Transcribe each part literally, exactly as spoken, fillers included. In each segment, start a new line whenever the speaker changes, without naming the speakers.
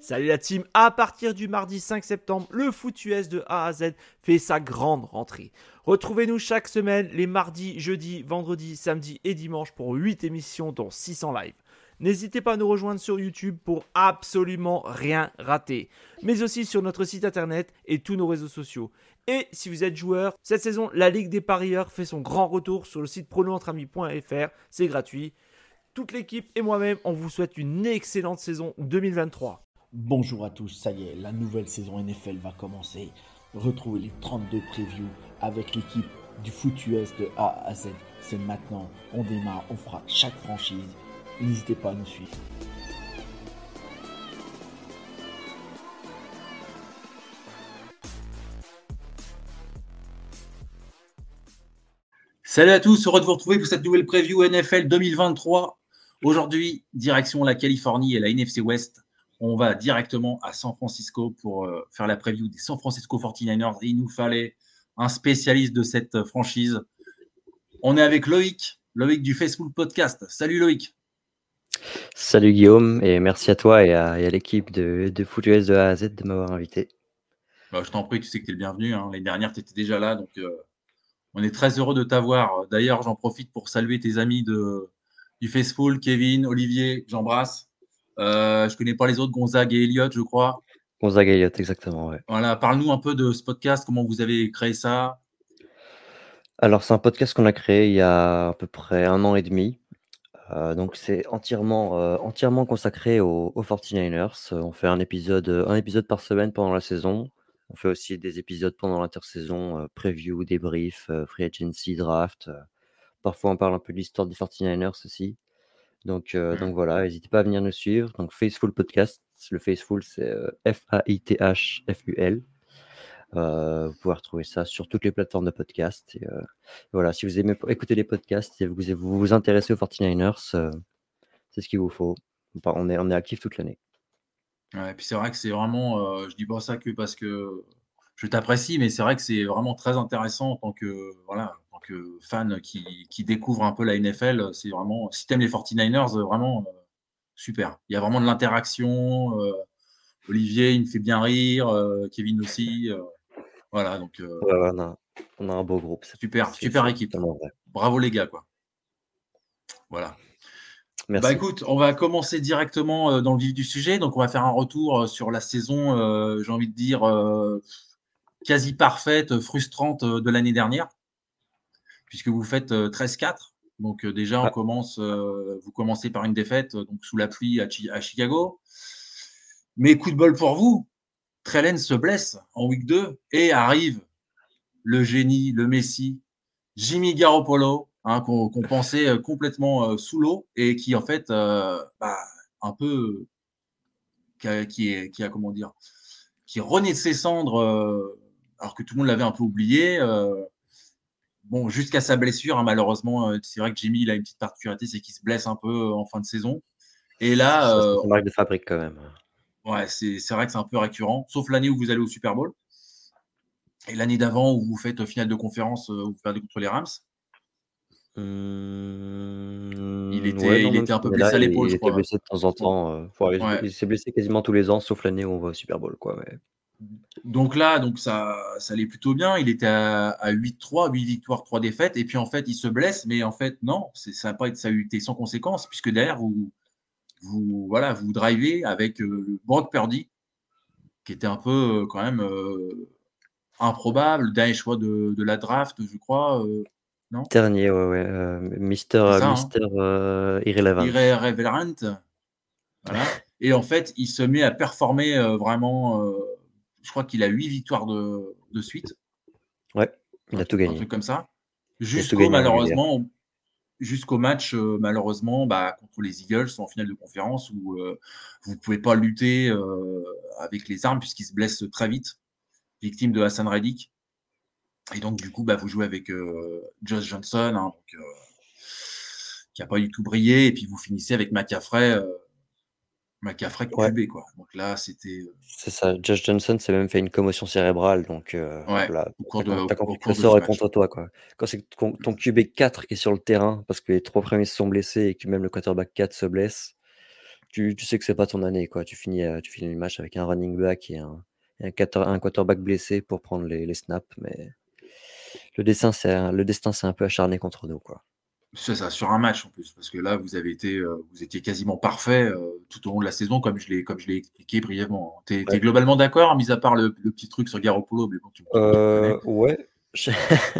Salut la team, à partir du mardi cinq septembre, le foot U S de A à Z fait sa grande rentrée. Retrouvez-nous chaque semaine les mardis, jeudis, vendredis, samedis et dimanches pour huit émissions dont six en live. N'hésitez pas à nous rejoindre sur YouTube pour absolument rien rater, mais aussi sur notre site internet et tous nos réseaux sociaux. Et si vous êtes joueur, cette saison, la Ligue des parieurs fait son grand retour sur le site prono entre amis point f r, c'est gratuit. Toute l'équipe et moi-même, on vous souhaite une excellente saison deux mille vingt-trois.
Bonjour à tous, ça y est, la nouvelle saison N F L va commencer. Retrouvez les trente-deux previews avec l'équipe du foot U S de A à Z. C'est maintenant, on démarre, on fera chaque franchise. N'hésitez pas à nous suivre.
Salut à tous, heureux de vous retrouver pour cette nouvelle preview N F L deux mille vingt-trois. Aujourd'hui, direction la Californie et la N F C West. On va directement à San Francisco pour euh, faire la preview des San Francisco forty-niners. Et il nous fallait un spécialiste de cette franchise. On est avec Loïc, Loïc du Facebook Podcast. Salut Loïc.
Salut Guillaume, et merci à toi et à, et à l'équipe de, de Foot U S de A à Z de m'avoir invité.
Bah, je t'en prie, tu sais que tu es le bienvenu. Hein. L'année dernière, tu étais déjà là, donc euh, on est très heureux de t'avoir. D'ailleurs, j'en profite pour saluer tes amis de, du Facebook, Kevin, Olivier, j'embrasse. Euh, je ne connais pas les autres, Gonzague et Elliott, je crois.
Gonzague et Elliott, exactement, ouais.
Voilà, parle-nous un peu de ce podcast, comment vous avez créé ça.
Alors, c'est un podcast qu'on a créé il y a à peu près un an et demi. Euh, donc, c'est entièrement, euh, entièrement consacré aux, aux forty-niners. On fait un épisode, un épisode par semaine pendant la saison. On fait aussi des épisodes pendant l'intersaison, euh, preview, débrief, euh, free agency, draft. Euh, parfois, on parle un peu de l'histoire des forty-niners aussi. Donc, euh,
Mm.
donc voilà, n'hésitez pas à venir nous suivre. Donc, Faithful Podcast. Le Faithful, c'est euh, F A I T H F U L. Euh, vous pouvez retrouver ça sur toutes les plateformes de podcast. Et, euh, voilà, si vous aimez écouter les podcasts et vous vous, vous intéressez aux forty-niners, euh, c'est ce qu'il vous faut. On est, on est actif toute l'année.
Ouais, puis c'est vrai que c'est vraiment, euh, je dis pas ça que parce que je t'apprécie, mais c'est vrai que c'est vraiment très intéressant en tant que, voilà, en tant que fan qui, qui découvre un peu la N F L. C'est vraiment, si t'aimes les forty-niners, euh, vraiment euh, super. Il y a vraiment de l'interaction. euh, Olivier, il me fait bien rire. euh, Kevin aussi. euh, voilà, donc euh,
Ouais, ouais, on, a, on a un beau groupe. C'est,
super,
c'est,
super
c'est
équipe.
totalement vrai.
Bravo les gars, quoi. Voilà.
Merci.
Bah écoute, on va commencer directement euh, dans le vif du sujet. Donc, on va faire un retour euh, sur la saison, euh, j'ai envie de dire, euh, quasi parfaite, frustrante euh, de l'année dernière, puisque vous faites euh, treize quatre. Donc, euh, déjà, on
Ah.
commence, euh, vous commencez par une défaite, euh, donc sous la pluie à, Chi- à Chicago. Mais coup de bol pour vous, Trellen se blesse en week deux et arrive le génie, le Messi, Jimmy Garoppolo, hein, qu'on qu'on pensait euh, complètement euh, sous l'eau et qui, en fait, euh, bah, un peu qui a, qui est, qui a comment dire, qui renaît de ses cendres, euh, alors que tout le monde l'avait un peu oublié. Euh, bon, jusqu'à sa blessure, hein, malheureusement, euh, c'est vrai que Jimmy, il a une petite particularité, c'est qu'il se blesse un peu euh, en fin de saison. Et là,
Ça,
euh,
c'est une marque de fabrique quand même.
ouais, c'est c'est vrai que c'est un peu récurrent, sauf l'année où vous allez au Super Bowl. Et l'année d'avant où vous faites finale de conférence, euh, où vous perdez contre les Rams.
Mmh,
Il était,
ouais, non,
il
même
était un
cette
peu
année-là,
blessé à
il,
l'épaule,
il
je
était
crois.
blessé de temps en temps. euh, enfin, il-
Ouais.
il s'est blessé quasiment tous les ans, sauf l'année où on va au Super Bowl, quoi. Ouais.
Donc là, donc ça, ça allait plutôt bien. Il était à, à huit trois, huit victoires, trois défaites. Et puis en fait, il se blesse. Mais en fait, non, c'est, ça n'a pas été, ça a été sans conséquence, puisque derrière, vous, vous, voilà, vous drivez avec euh, Brock Purdy, qui était un peu euh, quand même euh, improbable, le dernier choix de, de la draft, je crois. euh, non,
Dernier, ouais, ouais. euh, Mister,
c'est
euh,
ça, hein.
Mister euh, Irrelevant.
Irreverent, voilà. Et en fait, il se met à performer euh, vraiment. euh, je crois qu'il a huit victoires de, de suite,
Ouais, il
un
a tout
truc, un
gagné.
truc comme ça.
Il a tout
Jusqu'au
gagné en régulière.
malheureusement, jusqu'au match euh, malheureusement bah, contre les Eagles en finale de conférence où euh, vous ne pouvez pas lutter euh, avec les armes puisqu'il se blesse très vite, victime de Hassan Reddick. Et donc du coup, bah, vous jouez avec euh, Josh Johnson, hein, donc, euh, qui n'a pas du tout brillé, et puis vous finissez avec McCaffrey, euh, McCaffrey
Ouais,
Q B, quoi. Donc là, c'était euh,
c'est ça. Josh Johnson s'est même fait une commotion cérébrale, donc euh,
ouais,
voilà,
au cours
t'as,
de,
com-
au,
t'as
au
compris que le
cours de ce
sort est
match.
contre toi, quoi. Quand c'est ton, ton Q B quatre qui est sur le terrain, parce que les trois premiers se sont blessés et que même le quarterback quatre se blesse, tu, tu sais que c'est pas ton année, quoi. Tu finis, euh, tu finis le match avec un running back et un, et un, quator- un quarterback blessé pour prendre les, les snaps, mais le destin, c'est un- le destin s'est un peu acharné contre nous, quoi.
C'est ça, sur un match en plus, parce que là, vous avez été, euh, vous étiez quasiment parfait euh, tout au long de la saison, comme je l'ai, comme je l'ai expliqué brièvement. T'es, t'es
Ouais.
globalement d'accord, mis à part le, le petit truc sur Garoppolo, mais bon, tu, tu, tu me connais.
Euh, ouais. Je-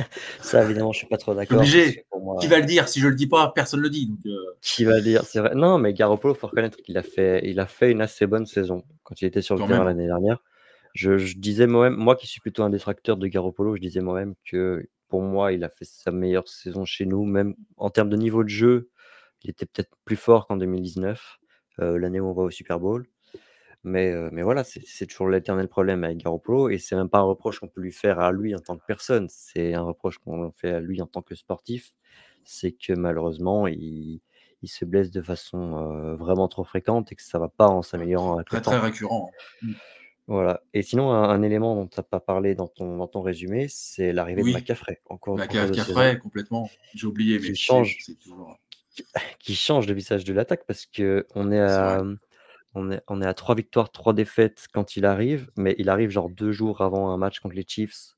Ça, évidemment, je suis pas trop
Je suis
d'accord parce que
obligé.
pour
Qui
moi,
va le dire? Si je le dis pas, personne le dit. Donc, euh,
qui va dire, c'est vrai. Non, mais Garoppolo, faut reconnaître qu'il a fait, il a fait une assez bonne saison quand il était sur le
quand
terrain
même, hein.
l'année dernière. Je, je disais moi-même, moi qui suis plutôt un détracteur de Garoppolo, je disais moi-même que pour moi, il a fait sa meilleure saison chez nous, même en termes de niveau de jeu, il était peut-être plus fort qu'en deux mille dix-neuf, euh, l'année où on va au Super Bowl. Mais, euh, mais voilà, c'est c'est toujours l'éternel problème avec Garoppolo et c'est même pas un reproche qu'on peut lui faire à lui en tant que personne, c'est un reproche qu'on fait à lui en tant que sportif. C'est que malheureusement, il, il se blesse de façon euh, vraiment trop fréquente et que ça va pas en
Ouais,
s'améliorant
très,
avec le
très, très
temps.
récurrent, hein. Mm.
Voilà. Et sinon, un, un élément dont tu n'as pas parlé dans ton, dans ton résumé, c'est l'arrivée de
Oui,
McCaffrey en cours,
bah,
en cours de saison,
Cafray, complètement. J'ai oublié, mais
qui
tu sais,
change,
c'est toujours.
qui, qui change le visage de l'attaque parce que on est
C'est vrai.
à, on est, on est à trois victoires, trois défaites quand il arrive, mais il arrive genre deux jours avant un match contre les Chiefs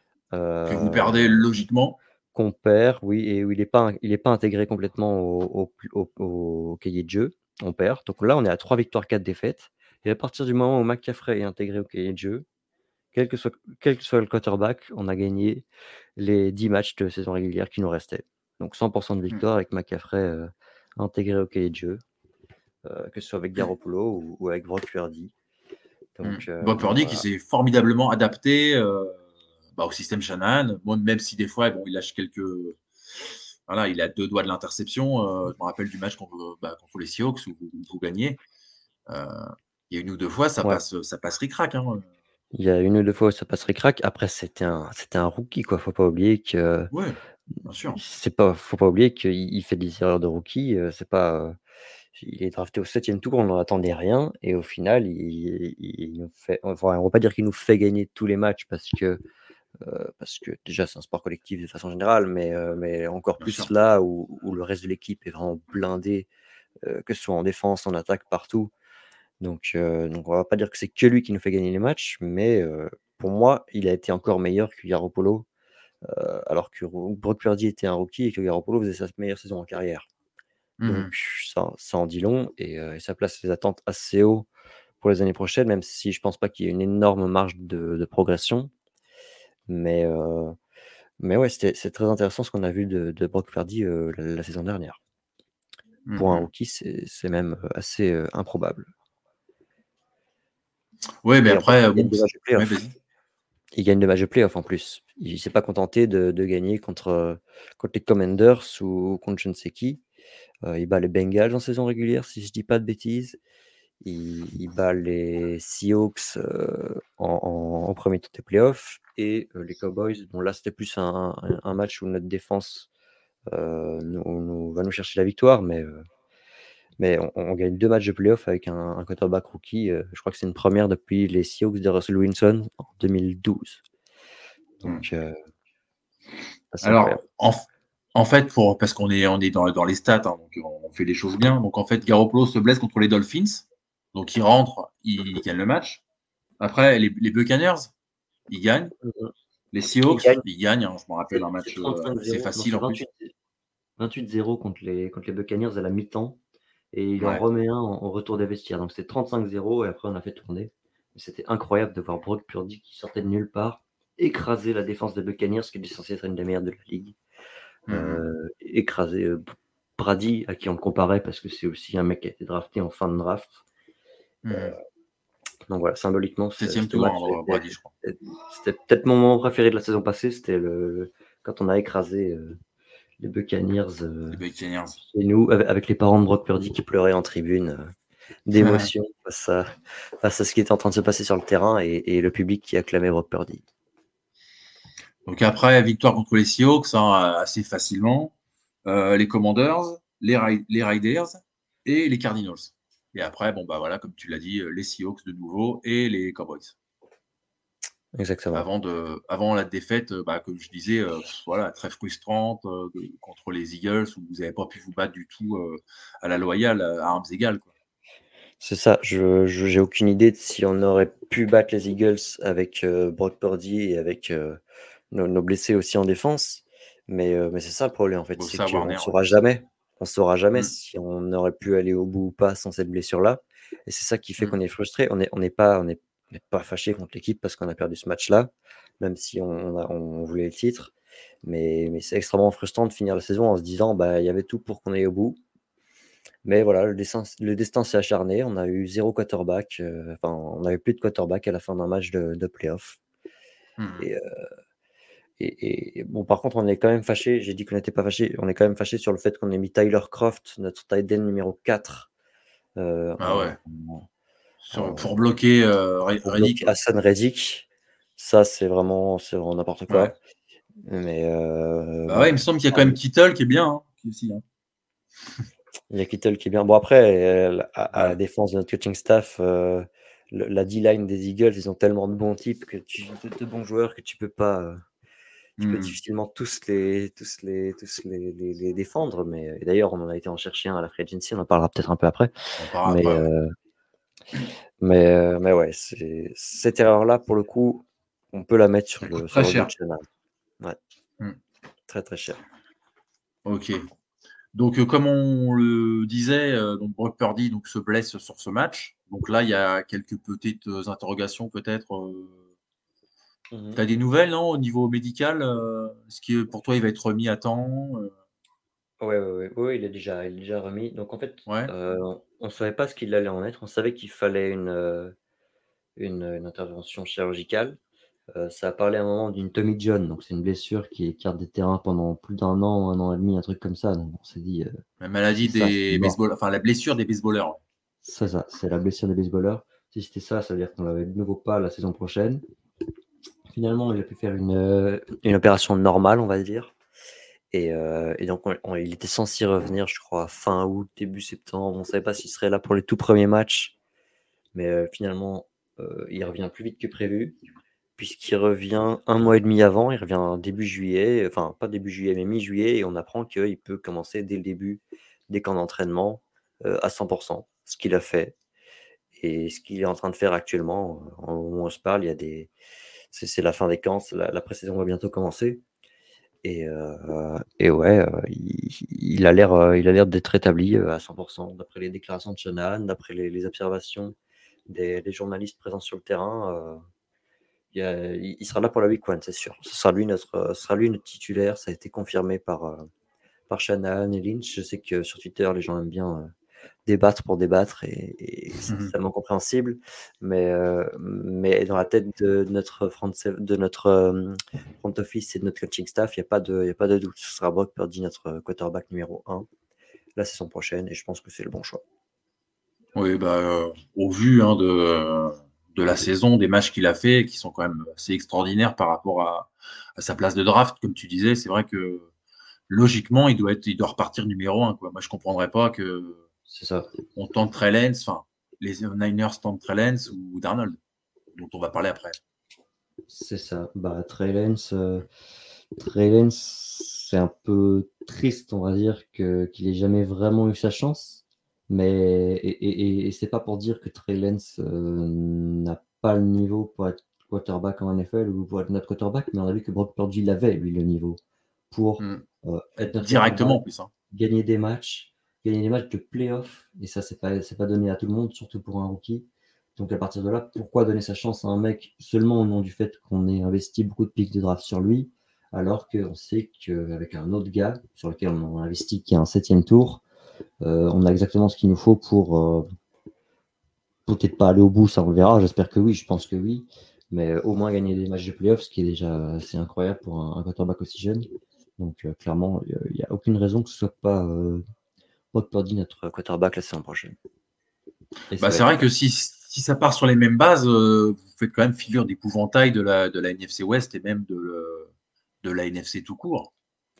Que vous
euh,
perdez logiquement.
qu'on perd, oui, et où il n'est pas, il est pas intégré complètement au, au, au, au cahier de jeu. On perd. Donc là, on est à trois victoires, quatre défaites. Et à partir du moment où McCaffrey est intégré au cahier de jeu, quel que soit, quel que soit le quarterback, on a gagné les dix matchs de saison régulière qui nous restaient. Donc cent pour cent de
Mm.
victoire avec McCaffrey euh, intégré au cahier de jeu, euh, que ce soit avec Garoppolo ou, ou avec Brock Purdy.
Mm.
Donc, euh,
Brock
donc
Purdy qui
voilà.
s'est formidablement adapté euh, bah, au système Shanahan. Moi, même si des fois, bon, il lâche quelques. Voilà, il a deux doigts de l'interception. Euh, je me rappelle du match contre, bah, contre les Seahawks où, où vous gagnez. Euh, il y a une ou deux fois, ça
Ouais.
passe, ça passe ric-rac, hein.
Il y a une ou deux fois où ça passe ric-rac. Après, c'était un, c'était un rookie, quoi. Faut pas oublier que
Oui, bien sûr.
c'est pas, faut pas oublier qu'il il fait des erreurs de rookie. euh, C'est pas, euh, il est drafté au septième tour, on n'en attendait rien, et au final, il, il- il nous fait. Enfin, on va pas dire qu'il nous fait gagner tous les matchs parce que, euh, parce que déjà c'est un sport collectif de façon générale, mais, euh, mais encore
Bien
plus
sûr.
là où, où le reste de l'équipe est vraiment blindé, euh, que ce soit en défense, en attaque, partout. Donc, euh, donc on va pas dire que c'est que lui qui nous fait gagner les matchs, mais euh, pour moi, il a été encore meilleur que Garoppolo, euh, alors que Ro- Brock Purdy était un rookie et que Garoppolo faisait sa meilleure saison en carrière. Donc
Mhm.
ça, ça en dit long et, euh, et ça place les attentes assez haut pour les années prochaines, même si je pense pas qu'il y ait une énorme marge de, de progression. Mais, euh, mais ouais, c'était, c'est très intéressant ce qu'on a vu de, de Brock Purdy euh, la, la saison dernière. Pour un
Mhm.
rookie, c'est, c'est même assez euh, improbable.
Oui, mais
Et en plus,
après,
il gagne
bon,
des
c'est-
matchs de
ouais,
playoff.
vas-y.
Il gagne le match de playoff en plus. Il s'est pas contenté de, de gagner contre, euh, contre les Commanders ou contre je ne sais qui. Euh, il bat les Bengals en saison régulière, si je dis pas de bêtises. Il, il bat les Seahawks euh, en, en- en premier tour des playoffs et euh, les Cowboys. Bon, là, c'était plus un, un- un match où notre défense euh, nous, nous- va nous chercher la victoire, mais, euh, mais on, on gagne deux matchs de playoffs avec un, un quarterback rookie. euh, je crois que c'est une première depuis les Seahawks de Russell Wilson en deux mille douze.
Mhm.
Donc, euh, c'est
Alors,
incroyable.
en, f- en fait, pour, parce qu'on est, on est dans, dans les stats, hein, donc on fait les choses bien. Donc, en fait, Garoppolo se blesse contre les Dolphins. Donc, il rentre, il, gagne le match. Après, les, les Buccaneers, ils gagnent.
Mhm.
Les
Il
Seahawks,
gagne,
ils gagnent, hein. Je me rappelle
c'est
un
c'est
match euh,
trente-cinq
assez
zéro, non,
facile
c'est
en plus.
vingt-huit vingt-huit zéro contre les, contre les Buccaneers à la mi-temps. Et il en
Ouais.
remet un en, en retour des vestiaires. Donc c'était trente-cinq zéro et après on a fait tourner. Mais c'était incroyable de voir Brock Purdy qui sortait de nulle part, écraser la défense des Buccaneers, qui est censé être une des meilleures de la ligue.
Mhm.
Euh, écraser euh, Brady, à qui on le comparait parce que c'est aussi un mec qui a été drafté en fin de draft.
Mhm.
Donc voilà, symboliquement, ce,
Septième
ce
tour,
match
hein,
était,
Brady, je crois.
c'était peut-être mon moment préféré de la saison passée. C'était le, quand on a écrasé euh, les Buccaneers euh,
Les Buccaneers.
chez nous, avec, avec les parents de Brock Purdy qui pleuraient en tribune. Euh, d'émotion face à, face à ce qui était en train de se passer sur le terrain et, et le public qui acclamait Brock Purdy.
Donc après, victoire contre les Seahawks, hein, assez facilement. Euh, les Commanders, les, Ri- les Riders et les Cardinals. Et après, bon bah voilà, comme tu l'as dit, les Seahawks de nouveau et les Cowboys.
Exactement.
Avant de, avant la défaite, bah, comme je disais, euh, pff, voilà, très frustrante euh, de- contre les Eagles où vous n'avez pas pu vous battre du tout euh, à la loyale, à armes égales, quoi.
C'est ça, je je j'ai aucune idée de si on aurait pu battre les Eagles avec, heu, Brock Purdy et avec, heu, nos nos blessés aussi en défense. Mais, heu, mais c'est ça le problème en fait,
Bon,
c'est
ça,
qu'on
Warner,
ne
ouais.
saura jamais. On saura jamais
Mmh.
si on aurait pu aller au bout ou pas sans cette blessure-là. Et c'est ça qui fait
Mmh.
qu'on est frustré. On est on n'est pas on est on n'est pas fâché contre l'équipe parce qu'on a perdu ce match-là, même si on on a on voulait le titre. Mais mais c'est extrêmement frustrant de finir la saison en se disant: «Bah, il y avait tout pour qu'on aille au bout». Mais voilà, le destin le destin s'est acharné. On a eu zéro quarterback, heu, enfin, on avait plus de quarterback à la fin d'un match de de play-off.
Mmh.
Et heu et et bon, par contre, on est quand même fâché. J'ai dit qu'on n'était pas fâché. On est quand même fâché sur le fait qu'on ait mis Tyler Croft, notre tight end numéro quatre, heu,
Ah ouais,
en en
sur pour
en
bloquer, heu, Re
pour
Reddick,
bloquer
ouais.
Hassan Reddick. Ça, c'est vraiment c'est vraiment n'importe
Ouais.
quoi. Mais heu,
Bah,
mais
ouais, il me
bon,
semble qu'il y a
ah
quand même
oui,
Kittle qui est bien, hein, qui aussi, hein.
il y a Kittle qui est bien. Bon après, heu, à à la
Ouais.
défense de notre coaching staff, heu, le la D-line des Eagles, ils ont tellement de bons types que tu de de bons joueurs que tu peux pas, heu, tu peux
Mmh.
difficilement tous les tous les tous les les les défendre. Mais et d'ailleurs, on en a été en chercher un à la free agency, on en parlera peut-être un peu après.
On en parlera
Mais
après, ouais.
heu, mais heu, mais ouais, c'est cette erreur-là, pour le coup, on peut la mettre sur
Ça coûte
le sur
très
le dos de
cher.
Shanahan. Ouais,
Mmh.
très, très cher.
OK. Donc, heu, comme on le disait, heu, donc Brock Purdy donc se blesse sur ce match. Donc là, il y a quelques petites, heu, interrogations peut-être, heu.
Mmh.
Tu as des nouvelles, non, au niveau médical, heu? Est-ce que pour toi, il va être remis à temps, heu?
Ouais, ouais, ouais. Oui, oui, il est déjà il est déjà remis. Donc en fait,
Ouais?
heu, on ne savait pas ce qu'il allait en être. On savait qu'il fallait une, heu, une, une intervention chirurgicale. Heu, ça a parlé à un moment d'une Tommy John, donc c'est une blessure qui écarte des terrains pendant plus d'un an, un an et demi, un truc comme ça. Donc on s'est dit, heu:
La
«Si c'est
maladie
ça, c'est
des
mort».
baseball enfin la blessure des baseballeurs, ouais.
C'est ça, c'est la blessure des baseballeurs. Si c'était ça, ça veut dire qu'on l'avait de nouveau pas la saison prochaine. Finalement, il a pu faire une, heu, une opération normale, on va dire. Et heu et donc on on il était censé revenir, je crois, fin août, début septembre. On ne savait pas s'il serait là pour les tout premiers matchs, mais heu, finalement, heu, il revient plus vite que prévu, puisqu'il revient un mois et demi avant. Il revient début juillet, enfin pas début juillet, mais mi-juillet, et on apprend qu'il peut commencer dès le début des camps d'entraînement, heu, à cent pour cent, ce qu'il a fait et ce qu'il est en train de faire actuellement. Au moment où on se parle, il y a des c'est c'est la fin des camps, c'est la la pré-saison va bientôt commencer. Et heu et ouais, heu, il il a l'air, heu, il a l'air d'être rétabli, heu, à cent pour cent d'après les déclarations de Shanahan, d'après les les observations des des journalistes présents sur le terrain. Heu, il y a il il sera là pour la week one, c'est sûr. Ce sera lui notre, heu, ce sera lui notre titulaire. Ça a été confirmé par, heu, par Shanahan et Lynch. Je sais que sur Twitter, les gens aiment bien, heu, débattre pour débattre, et et c'est
Mmh.
totalement compréhensible. Mais heu, mais dans la tête de notre front sev de notre, hem, front office et de notre coaching staff, il y a pas de il y a pas de doute. Ce sera Brock Purdy, notre quarterback numéro un la saison prochaine, et je pense que c'est le bon choix.
Oui, bah, heu, au vu, hein, de de la saison, des matchs qu'il a fait, qui sont quand même assez extraordinaires par rapport à à sa place de draft, comme tu disais. C'est vrai que logiquement, il doit être il doit repartir numéro un, quoi. Moi, je comprendrais pas qu'on
C'est ça,
tente Trey Lance, enfin, les Niners tentent Trey Lance ou Darnold, dont on va parler après.
c'est ça. Bah, Trey Lance, heu, Trey Lance, c'est un peu triste, on va dire, que qu'il ait jamais vraiment eu sa chance. Mais et et et et c'est pas pour dire que Trey Lance, heu, n'a pas le niveau pour être quarterback en N F L ou pour être notre quarterback, mais on a vu que Brock Purdy l'avait, lui, le niveau pour,
Mmh.
heu, être notre
Directement,
quarterback,
en plus, hein.
gagner des matchs, gagner des matchs de play-off, et ça, c'est pas c'est pas donné à tout le monde, surtout pour un rookie. Donc à partir de là, pourquoi donner sa chance à un mec seulement au nom du fait qu'on ait investi beaucoup de picks de draft sur lui, alors qu'on sait qu'avec un autre gars sur lequel on a investi, qui est un septième tour, heu, on a exactement ce qu'il nous faut pour, heu, peut-être pas aller au bout, ça on le verra, j'espère que oui, je pense que oui, mais au moins gagner des matchs de play-off, ce qui est déjà assez incroyable pour un un quarterback aussi jeune. Donc heu, clairement, il y a aucune raison que ce soit pas, heu, Brock Purdy notre quarterback la saison prochaine, et
Bah,
ça va
c'est
être le
vrai
cas.
que si si ça part sur les mêmes bases, heu, vous faites quand même figure d'épouvantail de la de la N F C West et même de le de la N F C tout court.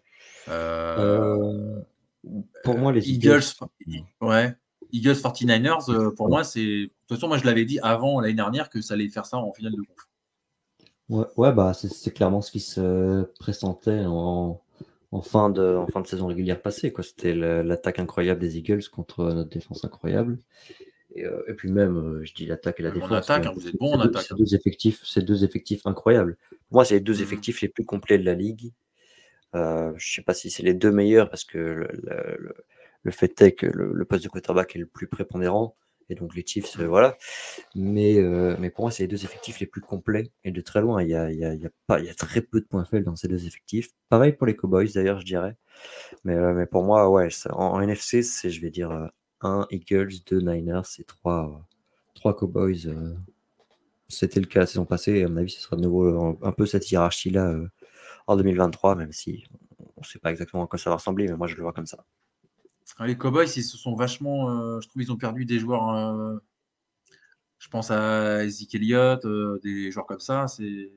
Heu,
Heu, pour moi, les Eagles,
Eagles, ouais, Eagles forty-niners, heu, pour
ouais.
moi, c'est de toute façon, moi, je l'avais dit avant l'année dernière que ça allait faire ça en finale de conf.
Ouais, ouais, bah, c'est c'est clairement ce qui se pressentait en en fin de en fin de saison régulière passée, quoi. C'était le l'attaque incroyable des Eagles contre notre défense incroyable, Et, euh, et puis même, euh, je dis l'attaque et la
Même en
défense.
attaque,
Mais
hein, vous êtes
c'est
bon
c'est
en
deux,
attaque.
c'est
Hein.
deux effectifs, c'est deux effectifs incroyables. Pour moi, c'est les deux
Mhm.
effectifs les plus complets de la ligue. Euh, je sais pas si c'est les deux meilleurs parce que le, le- le- le fait est que le, le poste de quarterback est le plus prépondérant et donc les Chiefs, euh, voilà. Mais, euh, mais pour moi, c'est les deux effectifs les plus complets et de très loin. Il y a, il y a, il y a pas, il y a très peu de points faibles dans ces deux effectifs. Pareil pour les Cowboys d'ailleurs, je dirais. Mais, euh, mais pour moi, ouais, ça- en, en N F C, c'est, je vais dire, euh, un Eagles, deux Niners et trois, euh, trois Cowboys. euh. C'était le cas la saison passée et à mon avis, ce sera de nouveau euh, un peu cette hiérarchie-là euh, en deux mille vingt-trois, même si on ne sait pas exactement à quoi ça va ressembler, mais moi je le vois comme ça.
Ah, les Cowboys, ils se sont vachement. Euh, je trouve qu'ils ont perdu des joueurs. Euh, je pense à Zeke Elliott, euh, des joueurs comme ça. C'est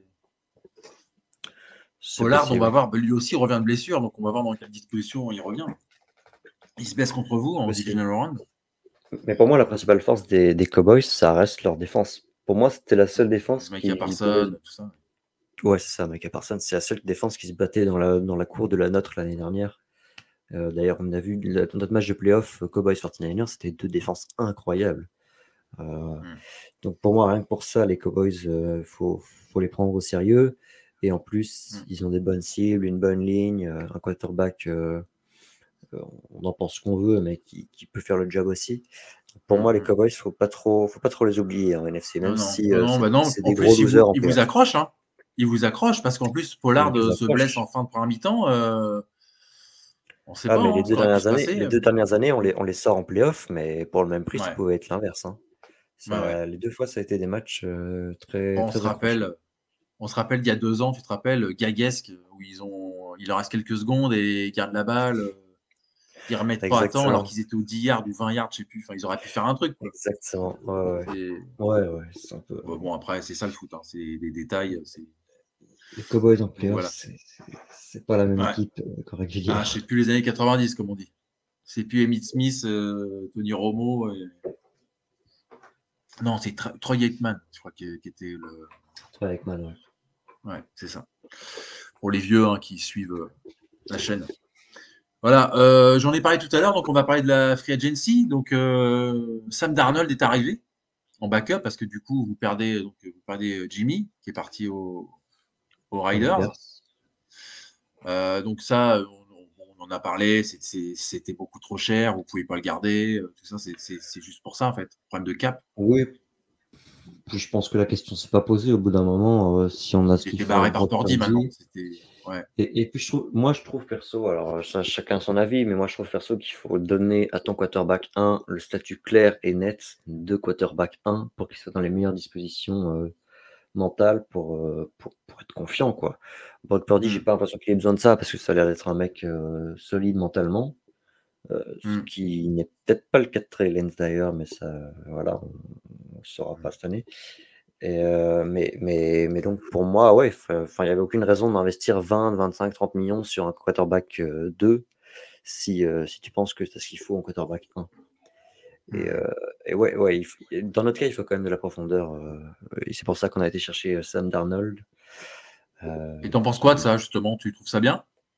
C'est
Pollard, on va
possible.
voir. Bah, lui aussi revient de blessure, donc on va voir dans quelle disposition il revient. Il se blesse contre vous en
Possible.
divisional round.
Mais pour moi, la principale force des, des Cowboys, ça reste leur défense. Pour moi, c'était la seule défense
Micah
qui pouvait.
Parsons, tout ça.
Ouais, c'est ça, Micah Parsons. C'est la seule défense qui se battait dans la, dans la cour de la nôtre l'année dernière. Euh, D'ailleurs, on a vu la- notre match de playoff euh, Cowboys forty-niners, c'était deux défenses incroyables. Euh,
Hmm.
donc pour moi, rien que pour ça, les Cowboys, il faut, faut les prendre au sérieux. Et en plus,
Hmm.
ils ont des bonnes cibles, une bonne ligne, euh, un quarterback, euh, euh, on en pense ce qu'on veut, mais qui, qui peut faire le job aussi. Pour moi, les
Hmm.
Cowboys, faut pas trop, faut pas trop les oublier en N F C,
Non,
même
non,
si
non,
euh,
non,
c'est
bah non.
c'est
En
des gros
plus, il
losers
vous,
en
il vous
playoff.
accroche, hein. Il vous accroche parce qu'en plus,
Ils
Pollard
nous
euh, se blesse en
accrochent.
fin de première mi-temps. Euh, on ne sait
Ah,
pas
mais les
hein, ce
deux
qui aurait pu
dernières
se
années,
passer.
les deux dernières années, on les, on les sort en playoff, mais pour le même prix, ça
Ouais,
pouvait être l'inverse. Hein.
ouais, ouais.
Ça, les deux fois, ça a été des matchs euh, très,
Bon, on se
très accrochés.
rappelle, on se rappelle d'il y a deux ans, tu te rappelles, Gaguesque, où ils ont, il leur reste quelques secondes et ils gardent la balle, euh, ils remettent pas à temps alors
Exactement.
qu'ils étaient au dix yards ou vingt yards, je sais plus. Enfin, ils auraient pu faire un truc, quoi.
Exactement. Ouais, ouais.
C'est-
Ouais, ouais, c'est un peu.
Bon, bon, après, c'est ça le foot, hein. C'est des détails. C'est...
Les Cowboys en
Donc
playoff,
voilà.
c'est c'est- c'est pas la même
Ouais.
équipe euh, qu'en
Ah, je sais
régulière.
plus les années quatre-vingt-dix, comme on dit. C'est plus Emmitt Smith, euh, Tony Romo. et- Non, c'est Tra- Troy Aikman, je crois, qui, qui était le.
Ouais, avec Man, ouais.
Ouais, c'est ça. Pour les vieux hein, qui suivent euh, la chaîne. Voilà, euh, j'en ai parlé tout à l'heure, donc on va parler de la free agency. Donc euh, Sam Darnold est arrivé en backup parce que du coup vous perdez donc vous perdez euh, Jimmy qui est parti au- aux
Aux
Riders.
Raiders.
Euh, donc ça, on, on en a parlé, c'est- c'est- c'était beaucoup trop cher, vous pouvez pas le garder, euh, tout ça, c'est c'est- c'est juste pour ça en fait, problème de cap.
Oui, puis je pense que la question s'est pas posée au bout d'un moment euh, si on a ce
Il
qu'il
était
faut
barré
avec
par
Brock
Purdy maintenant.
Purdy.
C'était ouais.
Et, et puis je trouve, moi je trouve perso, alors ça, chacun son avis, mais moi je trouve perso qu'il faut donner à ton quarterback un le statut clair et net de quarterback un pour qu'il soit dans les meilleures dispositions euh, mentales pour, euh, pour, pour être confiant quoi. Brock Purdy, j'ai
Hmm,
pas l'impression qu'il ait besoin de ça parce que ça a l'air d'être un mec euh, solide mentalement, euh, ce
hmm,
qui n'est peut-être pas le cas de Trey Lance d'ailleurs, mais ça, voilà, on ne le saura
hmm.
pas cette année. Et euh, mais, mais, mais donc pour moi, ouais, enfin, il n'y avait aucune raison d'investir vingt, vingt-cinq, trente millions sur un quarterback euh, deux si, euh, si tu penses que c'est ce qu'il faut en quarterback un. Et,
Hmm.
euh, et ouais, ouais, il faut- dans notre cas, il faut quand même de la profondeur. euh, et c'est pour ça qu'on a été chercher euh, Sam Darnold. euh,
Et t'en penses quoi de
qui,
ça justement? Tu trouves ça bien?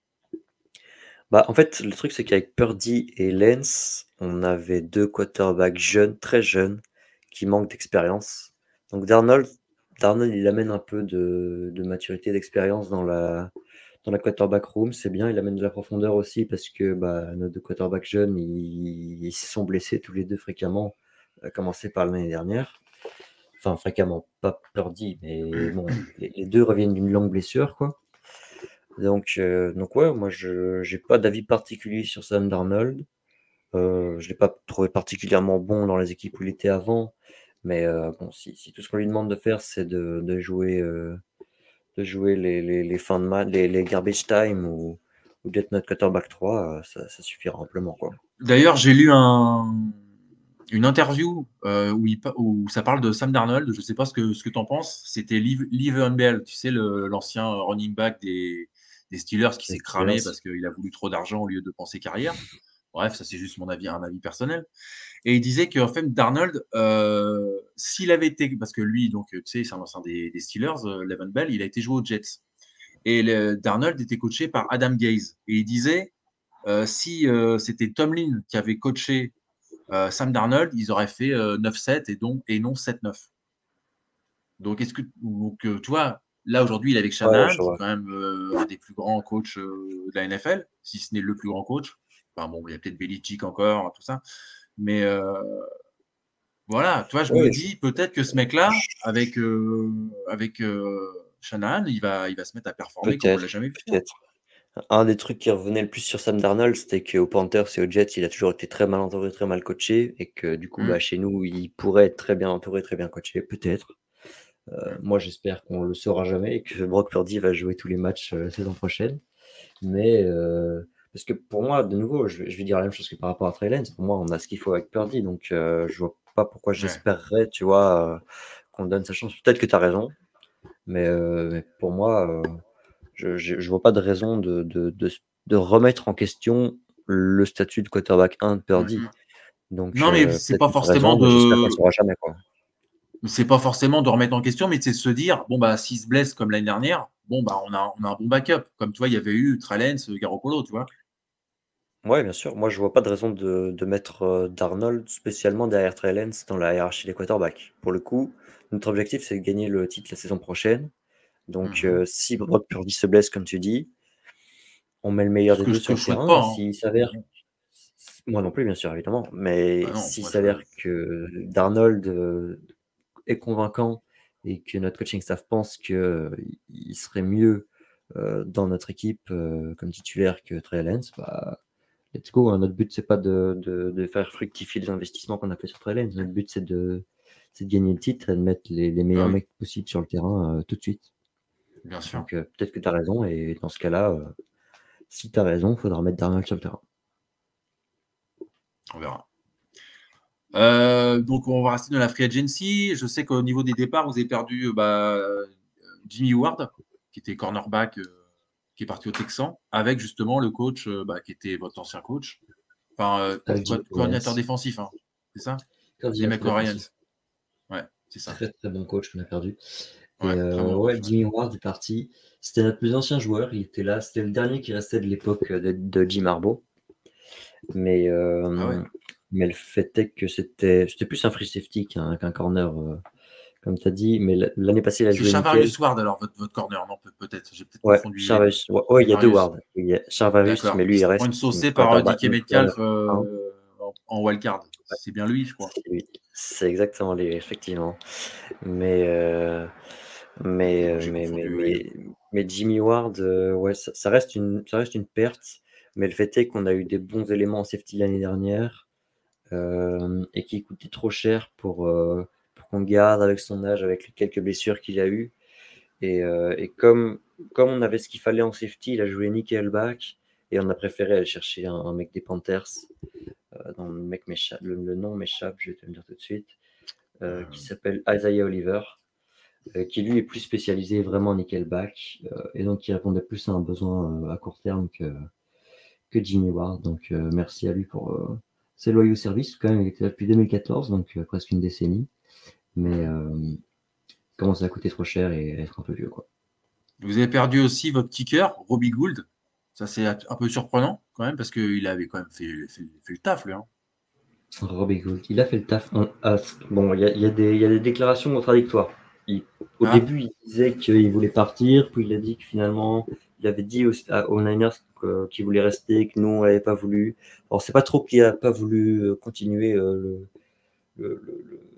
bah, en fait, le truc, c'est qu'avec Purdy et Lance, on avait deux quarterbacks jeunes, très jeunes, qui manquent d'expérience. Donc Darnold, Darnold, il amène un peu de, de maturité, d'expérience dans la, dans la quarterback room. C'est bien, il amène de la profondeur aussi parce que bah, nos deux quarterbacks jeunes, ils, ils se sont blessés tous les deux fréquemment, à commencer par l'année dernière. Enfin, fréquemment, pas Purdy, mais bon, les, les deux reviennent d'une longue blessure, quoi. Donc, euh, donc ouais, moi je j'ai pas d'avis particulier sur Sam Darnold. Euh, je l'ai pas trouvé particulièrement bon dans les équipes où il était avant, mais euh, bon, si, si tout ce qu'on lui demande de faire, c'est de, de jouer, euh, de jouer les, les, les fins de match, les, les garbage time ou, ou d'être notre quarterback trois, euh, ça, ça suffira amplement, quoi.
D'ailleurs, j'ai lu un, une interview euh, où, il, pa- où ça parle de Sam Darnold. Je ne sais pas ce que, ce que tu en penses. C'était Liv, Le'Veon Bell, tu sais, le- l'ancien running back des, des Steelers qui
Les
s'est cramé
Steelers.
parce qu'il a voulu trop d'argent au lieu de penser carrière. Bref, ça c'est juste mon avis, un avis personnel. Et il disait qu'en fait, Darnold, euh, s'il avait été, parce que lui, donc, tu sais, c'est un ancien des, des Steelers, euh, Le'Veon Bell, il a été joué aux Jets. Et le- Darnold était coaché par Adam Gaze. Et il disait, euh, si euh, c'était Tomlin qui avait coaché euh, Sam Darnold, ils auraient fait euh, neuf sept et, donc, et non sept neuf. Donc, est-ce que, donc, euh, tu vois, là aujourd'hui, il est avec
Ouais,
Shanahan,
je
qui est
vois.
quand même euh, un des plus grands coachs euh, de la N F L, si ce n'est le plus grand coach. Enfin bon, il y a peut-être Belichick encore, tout ça. Mais euh, voilà, tu vois, je me
Ouais, je,
dis peut-être que ce mec-là,
je-
avec, euh, avec euh, Shanahan, il va, il va se mettre à performer comme on l'a
peut-être,
jamais vu faire.
peut-être. Un des trucs qui revenait le plus sur Sam Darnold, c'était qu'aux Panthers et aux Jets, il a toujours été très mal entouré, très mal coaché, et que du coup, bah,
Hum,
chez nous, il pourrait être très bien entouré, très bien coaché, peut-être. Euh,
hum.
moi, j'espère qu'on le saura jamais et que Brock Purdy va jouer tous les matchs euh, la saison prochaine. Mais euh, parce que pour moi, de nouveau, je vais, je vais dire la même chose que par rapport à Trey Lance. Pour moi, on a ce qu'il faut avec Purdy, donc euh, je vois pas pourquoi
Ouais.
j'espérerais, tu vois, euh, qu'on donne sa chance. Peut-être que tu as raison, mais, euh, mais pour moi, euh, je, je, je vois pas de raison de, de, de, de remettre en question le statut de quarterback un de
Hum,
Purdy.
hum.
Donc
Non, mais
euh,
c'est
peut-être
pas
que tu as
forcément
raison, mais j'espère qu'on le
de,
saura jamais, quoi.
c'est pas forcément de remettre en question, mais c'est de se dire, bon bah, s'il se blesse comme l'année dernière, bon bah, on a, on a un bon backup. Comme tu vois, il y avait eu Trey Lance, Garoppolo, tu vois.
Ouais, bien sûr. Moi, je vois pas de raison de, de mettre euh, Darnold spécialement derrière Trey Lance dans la hiérarchie des quarterbacks. Pour le coup, notre objectif, c'est de gagner le titre la saison prochaine. Donc,
Mhm.
euh, si Brock Purdy se blesse, comme tu dis, on met le meilleur
Ce
des
que,
deux
ce
sur
que
le
je souhaite
terrain.
pas,
Et
hein.
s'il s'avère, moi non plus, bien sûr, évidemment, mais
Bah non,
s'il
moi je.
s'avère que Darnold euh, est convaincant et que notre coaching staff pense qu'il serait mieux euh, dans notre équipe euh, comme titulaire que Trey Lance, bah, let's go, hein. Notre but, c'est pas de, de, de faire fructifier les investissements qu'on a fait sur Trey Lance. Notre but, c'est de, c'est de gagner le titre et de mettre les, les
Bah
meilleurs
oui,
mecs possibles sur le terrain euh, tout de suite.
bien sûr.
Donc, euh, peut-être que tu as raison, et dans ce cas-là, euh, si tu as raison, il faudra mettre Darnold sur le terrain.
On verra. Euh, donc on va rester dans la free agency. Je sais qu'au niveau des départs, vous avez perdu euh, bah, euh, Jimmy Ward, qui était cornerback, euh, qui est parti au Texan, avec justement le coach euh, bah, qui était votre ancien coach. Enfin, euh,
Avec
co-
Jimmy
coordinateur
Wentz,
défensif, hein. C'est ça?
coordinateur
DeMeco Ryans.
défensif.
Ouais, c'est ça.
Très très bon coach qu'on a perdu. Et
Ouais, très
euh,
bon
ouais,
coach. Ouais.
Jimmy Ward est parti. C'était notre plus ancien joueur. Il était là. C'était le dernier qui restait de l'époque de, de Jim Harbaugh. Mais,
Ah ouais.
euh, mais le fait est que c'était, c'était plus un free safety qu'un, qu'un corner, euh, comme tu as dit. Mais l- l'année passée, il a
C'est
joué nickel.
Charvarius Ward, alors, votre, votre corner. Non, peut- peut-être. J'ai peut-être
Ouais,
confondu les deux.
Charvarius. Ouais, ouais, il y a deux
Charvarius.
Ward. Il y a Charvarius, mais
D'accord.
lui,
Il
il
se prend
reste
une saucée par euh,
quarterback,
D K
notre corner
Metcalf
un.
euh, en, en wildcard. C'est bien lui, je crois.
C'est lui. C'est exactement lui, effectivement. Mais, euh, mais,
Donc
euh,
j'ai
mais, mais,
confondu euh, les deux.
mais, mais Jimmy Ward, euh, ouais, ça, ça reste une, ça reste une perte. Mais le fait est qu'on a eu des bons éléments en safety l'année dernière euh, et qui coûtaient trop cher pour, euh, pour qu'on garde avec son âge, avec les quelques blessures qu'il a eues. Et, euh, et comme, comme on avait ce qu'il fallait en safety, il a joué nickelback et on a préféré aller chercher un, un mec des Panthers. Euh, dont le, mec m'échappe, le, le nom m'échappe, je vais te le dire tout de suite, euh, qui
Euh,
s'appelle Isaiah Oliver, euh, qui lui est plus spécialisé vraiment en nickelback euh, et donc qui répondait plus à un besoin euh, à court terme que, que Jimmy Ward. Donc euh, merci à lui pour euh, ses loyaux services. Quand même, il était là depuis deux mille quatorze, donc euh, presque une décennie. Mais
mhm.
euh, il commence à coûter trop cher et à être un peu vieux, quoi.
Vous avez perdu aussi votre kicker, Robbie Gould. Ça, c'est un peu surprenant quand même, parce qu'il avait quand même fait, fait, fait le taf, lui. Hein.
Robbie Gould, il a fait le taf. On- ah, bon, il y a, il y a des, il y a des déclarations contradictoires. Il- au
Ah,
début, il disait qu'il voulait partir, puis il a dit que finalement, il avait dit aux, à- aux Niners que- qu'il voulait rester, que nous, on n'avait pas voulu. Alors, c'est pas trop qu'il n'a pas voulu euh, continuer euh, le, le- le- le-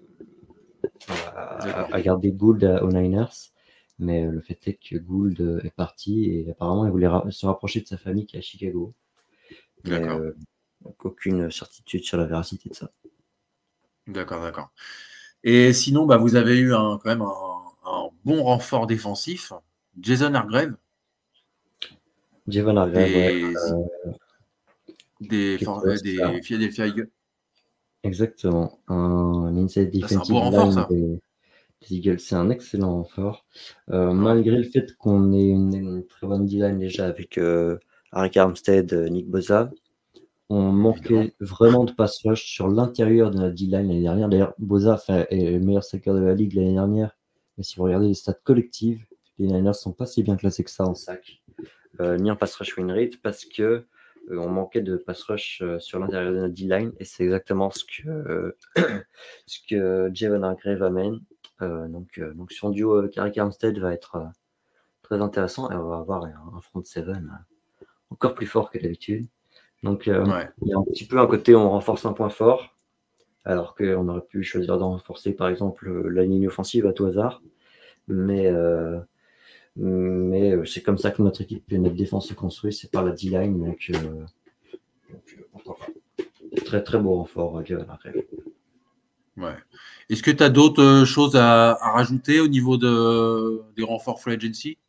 à,
d'accord.
à garder Gould à- aux Niners, mais euh, le fait est que Gould euh, est parti et apparemment, il voulait ra- se rapprocher de sa famille qui est à Chicago. Mais
D'accord.
euh, donc, aucune certitude sur la véracité de ça.
D'accord, d'accord. Et sinon, bah, vous avez eu un, quand même un, un bon renfort défensif, Jason Hargrave,
Javon Hargrave, ouais.
des, des,
Qui
for-
était-
euh,
c'est ça.
des Philadelphia Eagles.
Exactement. Un inside
Ça, c'est un beau
defensive
renfort,
line
ça.
des, des Eagles, c'est un excellent renfort. Euh,
Ah ouais.
malgré le fait qu'on ait une, une très bonne D-line déjà avec euh, Arik Armstead, euh, Nick Bosa, on
Évidemment.
manquait vraiment de pass rush sur l'intérieur de notre D-line l'année dernière. D'ailleurs, Bosa fait, est le meilleur sacker de la ligue l'année dernière. Mais si vous regardez les stats collectives, les Niners sont pas si bien classés que ça en sac, euh, ni en pass rush win rate, parce que euh, on manquait de pass rush euh, sur l'intérieur de notre D-line et c'est exactement ce que, euh, ce que Javon Hargrave amène. Euh, donc, euh, donc son duo avec Arik Armstead va être euh, très intéressant et on va avoir un, un front seven euh, encore plus fort que d'habitude. Donc euh,
Ouais.
il y a un petit peu un côté où on renforce un point fort, alors qu'on aurait pu choisir de renforcer par exemple la ligne offensive à tout hasard. Mais, euh, mais euh, c'est comme ça que notre équipe et notre défense se construit, c'est par la D-line. Donc, euh, donc euh, pourquoi pas. Très très beau renfort, Javon Hargrave.
Ouais. Est-ce que tu as d'autres euh, choses à, à rajouter au niveau de, des renforts free agency?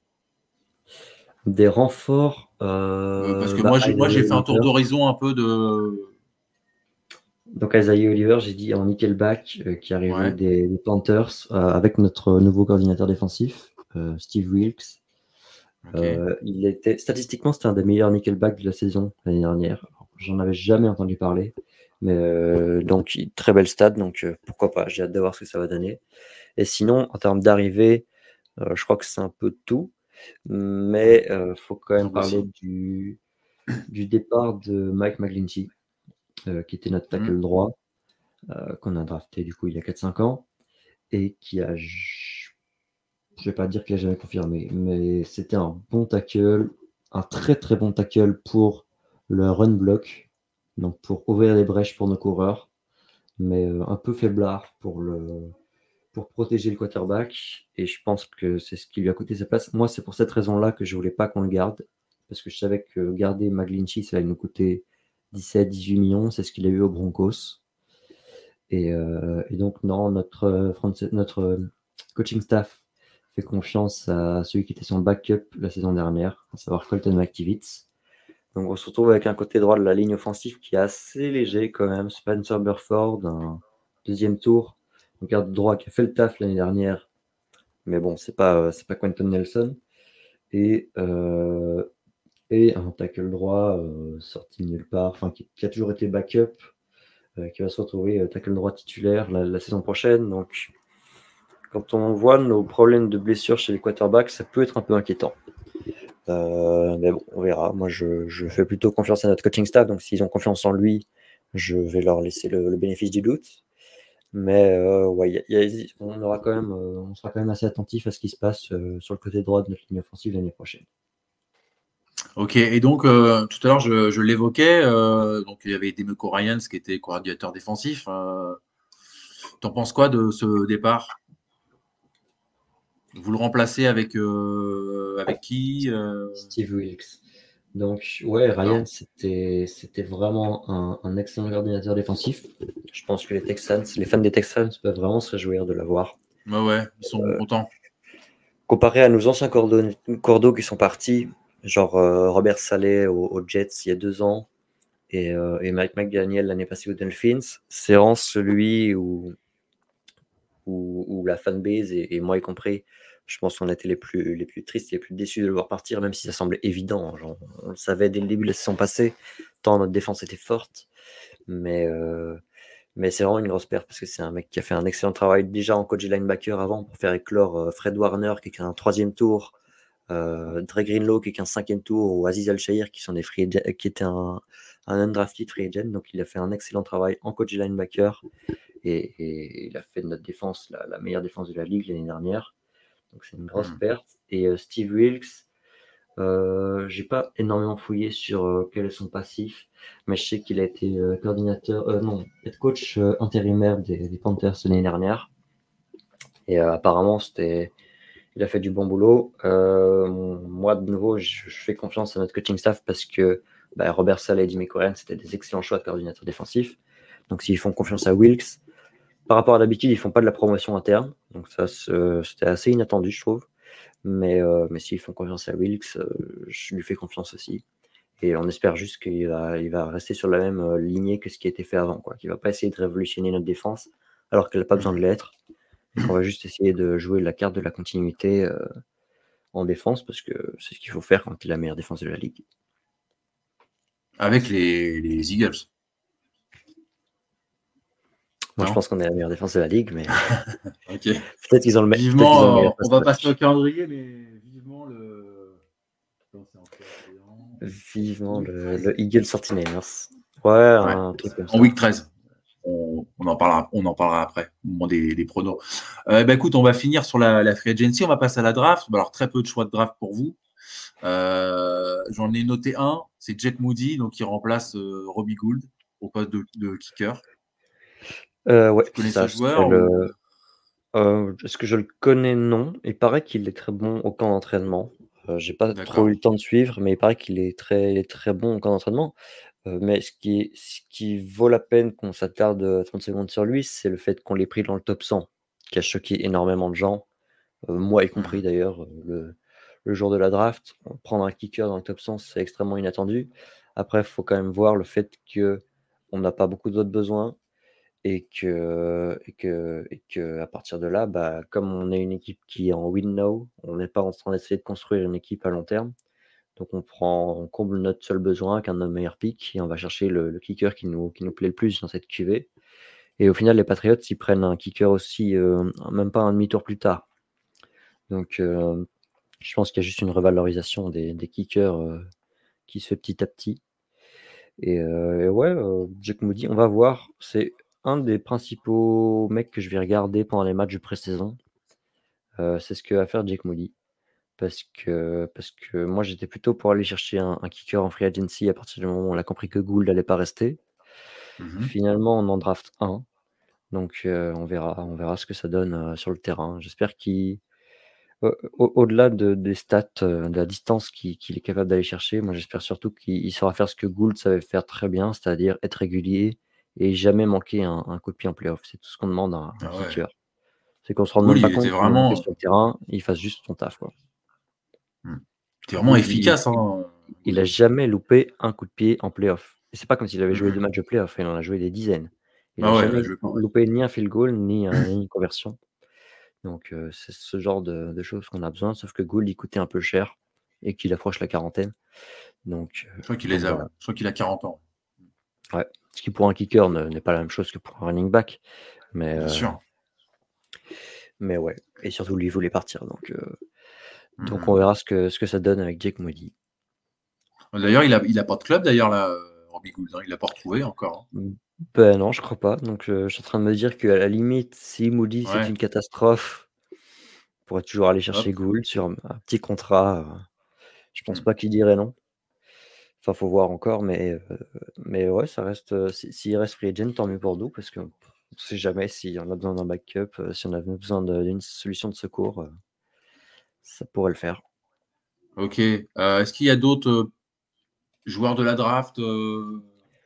Des renforts.
Euh, parce
Euh,
que
bah,
moi, j'ai, moi, j'ai
Isaiah
fait un tour
Oliver.
d'horizon un peu de.
Donc Isaiah Oliver, j'ai dit en nickelback, euh, qui arrivait
Ouais.
des, des Panthers euh, avec notre nouveau coordinateur défensif, euh, Steve Wilkes.
Ok.
Euh, il était statistiquement c'était un des meilleurs nickelback de la saison l'année dernière. Alors, j'en avais jamais entendu parler, mais euh, donc très belle stat, donc euh, pourquoi pas. J'ai hâte de voir ce que ça va donner. Et sinon, en termes d'arrivée, euh, je crois que c'est un peu tout, mais il euh, faut quand même
Nous
parler
voici.
du du départ de Mike McGlinchey, euh, qui était notre tackle
Hmm.
droit, euh, qu'on a drafté du coup il y a quatre cinq ans et qui a, je vais pas dire qu'il a jamais confirmé, mais c'était un bon tackle, un très très bon tackle pour le run block, donc pour ouvrir les brèches pour nos coureurs, mais euh, un peu faiblard pour le pour protéger le quarterback, et je pense que c'est ce qui lui a coûté sa place. Moi, c'est pour cette raison-là que je voulais pas qu'on le garde, parce que je savais que garder McGlinchey, ça allait nous coûter dix-sept dix-huit millions, c'est ce qu'il a eu au Broncos. Et, euh, et donc, non, notre, notre coaching staff fait confiance à celui qui était son backup la saison dernière, à savoir Colton McKivitz. Donc, on se retrouve avec un côté droit de la ligne offensive qui est assez léger quand même. Spencer Burford, un deuxième tour, un garde droit qui a fait le taf l'année dernière, mais bon, c'est pas, c'est pas Quentin Nelson. Et, euh, et un tackle droit euh, sorti de nulle part, enfin qui, qui a toujours été backup, euh, qui va se retrouver euh, tackle droit titulaire la, la saison prochaine. Donc, quand on voit nos problèmes de blessures chez les quarterbacks, ça peut être un peu inquiétant. Euh, mais bon, on verra. Moi, je, je fais plutôt confiance à notre coaching staff. Donc, s'ils ont confiance en lui, je vais leur laisser le, le bénéfice du doute. Mais euh, ouais, y a, y a, on aura quand même, euh, on sera quand même assez attentif à ce qui se passe euh, sur le côté droit de notre ligne offensive l'année prochaine.
Ok. Et donc, euh, tout à l'heure, je, je l'évoquais. Euh, donc, il y avait Demeco Ryans qui était coordinateur défensif. Euh, T'en penses quoi de ce départ? Vous le remplacez avec, euh, avec qui? euh,
Steve Wilkes. Donc, ouais,
D'accord.
Ryan, c'était, c'était vraiment un, un excellent coordinateur défensif. Je pense que les Texans, les fans des Texans peuvent vraiment se réjouir de l'avoir.
Ouais, ouais, ils sont
Euh,
contents.
Comparé à nos anciens cordeaux, cordeaux qui sont partis, genre euh, Robert Saleh aux, aux Jets il y a deux ans et, euh, et Mike McDaniel l'année passée aux Dolphins, c'est vraiment celui où, où, où la fanbase, et, et moi y compris, je pense qu'on était les plus, les plus tristes, les plus déçus de le voir partir, même si ça semblait évident. Genre, on le savait dès le début de la saison passée, tant notre défense était forte. Mais, euh, mais c'est vraiment une grosse perte parce que c'est un mec qui a fait un excellent travail déjà en coach et linebacker avant pour faire éclore euh, Fred Warner qui est un troisième tour, euh, Dre Greenlow qui est un cinquième tour, ou Aziz Al-Shahir qui sont des free agents, qui était un, un undrafted free agent. Donc il a fait un excellent travail en coach et linebacker et, et il a fait de notre défense la, la meilleure défense de la ligue l'année dernière. Donc c'est une grosse
Hmm.
perte. Et euh, Steve Wilkes, euh, j'ai pas énormément fouillé sur euh, quel est son passif, mais je sais qu'il a été euh, coordinateur, euh, non, head coach euh, intérimaire des, des Panthers l'année dernière. Et euh, apparemment, c'était, il a fait du bon boulot. Euh, moi, de nouveau, je, je fais confiance à notre coaching staff parce que bah, Robert Saleh et Jimmy Cohen, c'était des excellents choix de coordinateur défensif. Donc, s'ils font confiance à Wilkes, par rapport à d'habitude, ils font pas de la promotion interne. Donc, ça, c'était assez inattendu, je trouve. Mais, euh, mais s'ils font confiance à Wilkes, euh, je lui fais confiance aussi. Et on espère juste qu'il va, il va rester sur la même euh, lignée que ce qui a été fait avant, quoi. Qu'il va pas essayer de révolutionner notre défense alors qu'elle n'a pas besoin de l'être. Et qu'on va juste essayer de jouer la carte de la continuité euh, en défense parce que c'est ce qu'il faut faire quand tu es la meilleure défense de la ligue.
Avec les, les Eagles.
Moi, je
Non?
pense qu'on est la meilleure défense de la ligue, mais
Ok.
peut-être qu'ils ont le, me- peut-être qu'ils ont le
Vivement,
meilleur
euh, on
pass
va
rush.
passer au calendrier, mais vivement le. Attends, c'est en quoi, c'est en-
Vivement le, le Eagles forty-niners. Ouais,
Ouais,
un truc comme
en
ça.
week treize. On, on en parlera, on en parlera après, au moment des, des pronos. Euh, bah, écoute, on va finir sur la, la free agency. On va passer à la draft. Bah, alors, très peu de choix de draft pour vous. Euh, j'en ai noté un. C'est Jake Moody, donc qui remplace euh, Robbie Gould au poste de, de kicker.
Euh, ouais,
Tu connais
ça
ce
serait
joueur
le.
ou...
Euh, est-ce que je le connais? Non. Il paraît qu'il est très bon au camp d'entraînement. Euh, j'ai pas trop eu
D'accord.
le temps de suivre, mais il paraît qu'il est très, il est très bon au camp d'entraînement. Euh, mais ce qui, est- ce qui vaut la peine qu'on s'attarde euh, trente secondes sur lui, c'est le fait qu'on l'ait pris dans le top cent, qui a choqué énormément de gens, euh, moi y compris
Mhm.
d'ailleurs. euh, Le, le jour de la draft, prendre un kicker dans le top cent, c'est extrêmement inattendu. Après, il faut quand même voir le fait que on n'a pas beaucoup d'autres besoins et que, et que, et que à partir de là, bah, comme on est une équipe qui est en win now, on n'est pas en train d'essayer de construire une équipe à long terme. Donc on prend, on comble notre seul besoin avec un de nos meilleurs picks et on va chercher le, le kicker qui nous, qui nous plaît le plus dans cette Q V. Et au final, les Patriots, ils prennent un kicker aussi, euh, même pas un demi-tour plus tard. Donc euh, je pense qu'il y a juste une revalorisation des, des kickers euh, qui se fait petit à petit. Et, euh, et ouais, euh, Jake Moody, on va voir. C'est un des principaux mecs que je vais regarder pendant les matchs de pré-saison. Euh, c'est ce que va faire Jake Moody. Parce que, parce que moi, j'étais plutôt pour aller chercher un, un kicker en free agency à partir du moment où on a compris que Gould n'allait pas rester.
Mhm.
Finalement, on en draft un. Donc, euh, on verra, on verra ce que ça donne euh, sur le terrain. J'espère qu'il, au- au- au-delà de, des stats, euh, de la distance qu'il qu'il est capable d'aller chercher, moi, j'espère surtout qu'il il saura faire ce que Gould savait faire très bien, c'est-à-dire être régulier et jamais manquer un, un coup de pied en playoff. C'est tout ce qu'on demande à un, un
Ah ouais.
kicker. C'est qu'on se rende
Gould,
même pas
il était
compte qu'il est manqué
vraiment,
sur le terrain, il fasse juste son taf, quoi.
hmm. Il était vraiment
Gould, il,
efficace. Hein,
il a
Gould.
jamais loupé un coup de pied en playoff. Et c'est pas comme s'il avait joué deux
Mhm.
matchs de playoff, il en a joué des dizaines. Il a
Ah ouais, il a
jamais
joué pas mal.
loupé ni un field goal, ni, un- ni une conversion. Donc euh, c'est ce genre de, de choses qu'on a besoin, sauf que Gould, il coûtait un peu cher et qu'il approche la quarantaine. Donc, euh,
Je crois qu'il
donc
les a, ouais.
voilà.
Je crois qu'il a quarante ans.
Ouais. Ce qui pour un kicker ne- n'est pas la même chose que pour un running back. Mais,
Bien
euh,
sûr.
mais ouais. Et surtout, lui, il voulait partir. Donc, euh, donc on
Mhm.
verra ce que, ce que ça donne avec Jake Moody.
D'ailleurs, il a, il a pas de club, d'ailleurs, là, euh, Robbie Gould. Hein. Il l'a pas retrouvé encore.
Ben non, je crois pas. Donc euh, je suis en train de me dire qu'à la limite, si Moody
Hein.
c'est
Ouais.
une catastrophe, on pourrait toujours aller chercher
Hop.
Gould sur un un petit contrat. euh, Je pense
Hmm.
pas qu'il dirait non. Enfin, faut voir encore, mais, euh, mais ouais, ça reste. euh, si- S'il reste free agent, tant mieux pour nous, parce qu'on ne sait jamais si on a besoin d'un backup, euh, si on a besoin de- d'une solution de secours, euh, ça pourrait le faire.
Ok. Euh, est-ce qu'il y a d'autres euh, joueurs de la draft euh,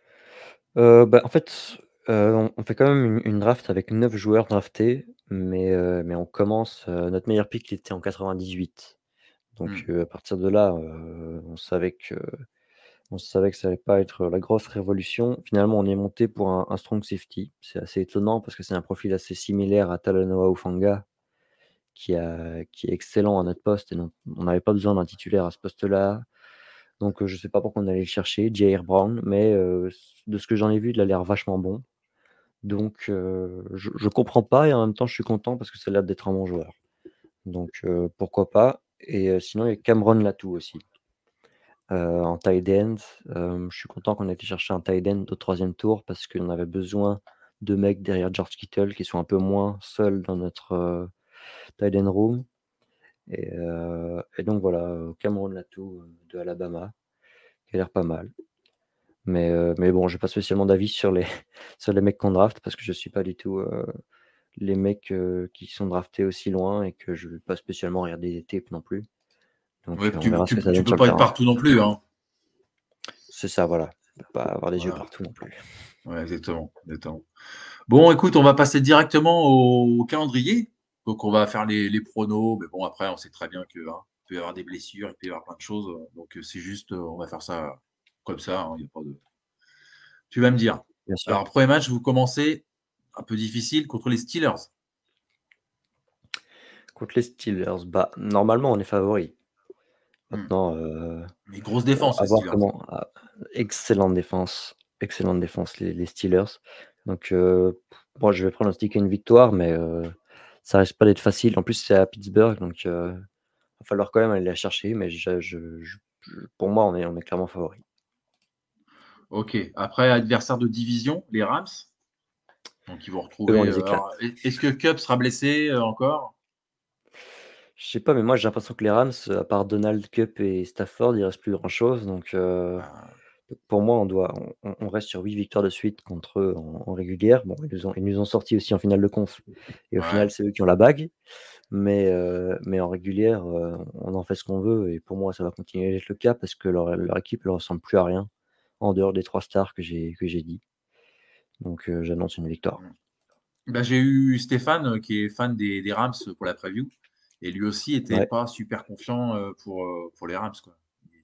Euh, bah, en fait, euh, on, on fait quand même une, une draft avec neuf joueurs draftés, mais, euh, mais on commence. Euh, notre meilleur pick il était en quatre-vingt-dix-huit. Donc
hmm.
euh, à partir de là, euh, on savait que on savait que ça allait pas être la grosse révolution. Finalement, on est monté pour un, un strong safety. C'est assez étonnant parce que c'est un profil assez similaire à Talanoa Ufanga qui, a, qui est excellent à notre poste et donc on n'avait pas besoin d'un titulaire à ce poste-là. Donc euh, je sais pas pourquoi on allait le chercher, Jair Brown, mais euh, de ce que j'en ai vu, il a l'air vachement bon. Donc euh, je, je comprends pas et en même temps je suis content parce que ça a l'air d'être un bon joueur. Donc euh, pourquoi pas. Et euh, sinon il y a Cameron Latou aussi. Euh, en tight end, euh, je suis content qu'on ait été chercher un tight end au troisième tour parce qu'on avait besoin de mecs derrière George Kittle qui sont un peu moins seuls dans notre euh, tight end room. Et, euh, et donc voilà, euh, Cameron Latou euh, de Alabama, qui a l'air pas mal. Mais, euh, mais bon, j'ai pas spécialement d'avis sur les, sur les mecs qu'on draft parce que je suis pas du tout euh, les mecs euh, qui sont draftés aussi loin et que je vais pas spécialement regarder des tapes non plus. Donc
Ouais,
euh, on
tu,
verra ce
tu,
que ça
tu
donne
peux
sur le
pas être
terrain.
partout non plus. Hein.
C'est ça, voilà. On peut pas avoir les yeux
Voilà.
partout non plus.
Ouais, exactement, exactement. Bon, écoute, on va passer directement au, au calendrier. Donc, on va faire les, les pronos. Mais bon, après, on sait très bien que hein, il peut y avoir des blessures, il peut y avoir plein de choses. Donc, euh, c'est juste, euh, on va faire ça comme ça. Hein, il y a pas de... Tu vas me dire.
Bien sûr.
Alors, premier match, vous commencez un peu difficile contre les Steelers.
Contre les Steelers, bah, normalement, on est favori.
Hmm.
Maintenant, euh,
Mais grosse
euh,
défense,
à
les
voir
Steelers.
comment. ah, excellente défense. Excellente défense, les, les Steelers. Donc, euh, moi, je vais pronostiquer une victoire, mais euh, ça risque pas d'être facile. En plus, c'est à Pittsburgh, donc il va falloir quand même aller la chercher. Mais je, je, je je- pour moi, on est, on est clairement favori.
Ok. Après, adversaire de division, les Rams. Donc, ils vont
Eux, on
retrouver.
les
euh,
éclate.
alors, est- est-ce que Cup sera blessé euh, encore?
Je sais pas, mais moi, j'ai l'impression que les Rams, à part Donald, Cup et Stafford, il reste plus grand-chose. Donc, euh,
Ah,
pour moi, on doit, on, on reste sur huit victoires de suite contre eux en, en régulière. Bon, ils nous ont, ils nous ont sorti aussi en finale de conf. Et au
ouais.
final, c'est eux qui ont la bague. Mais, euh, mais en régulière, euh, on en fait ce qu'on veut. Et pour moi, ça va continuer à être le cas parce que leur, leur équipe ne ressemble plus à rien en dehors des trois stars que j'ai que j'ai dit. Donc, euh, j'annonce une victoire.
Bah, j'ai eu Stéphane euh, qui est fan des, des Rams pour la preview. Et lui aussi était
Ouais,
pas super confiant euh, pour, euh, pour les Rams, quoi.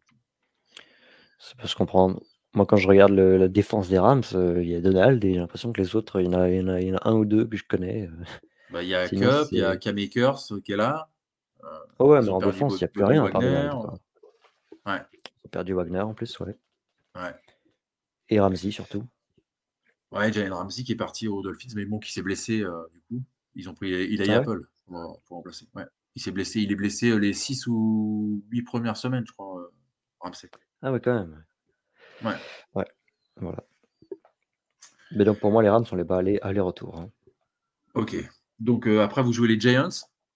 ça peut se comprendre. Moi, quand je regarde le- la défense des Rams, euh, il y a Donald et j'ai l'impression que les autres, il y en a, il y en a, il y en a un ou deux que je connais. euh.
Bah, il y a
Sinon,
Cup, il y a
c'est.
Cam Akers euh, qui est là. Euh,
Oh ouais, mais
ils ont
en
perdu
défense,
Bo-
il n'y a plus
Bobby
rien à part
Wagner.
Donald, quoi.
Ouais,
Ils ont perdu Wagner en plus, ouais.
ouais.
Et Ramsey surtout.
Ouais, Jalen Ramsey qui est parti aux Dolphins, mais bon, qui s'est blessé euh, du coup. Ils ont pris Eli
Ah ouais?
Apple pour, pour remplacer. Ouais. Il s'est blessé, il est blessé euh, les six ou huit premières semaines, je crois, euh, Ramsey.
Ah ouais, quand même.
Ouais,
Ouais, voilà. Mais donc pour moi, les Rams, on les bat aller- aller-retour, hein.
ok. Donc euh, après, vous jouez les Giants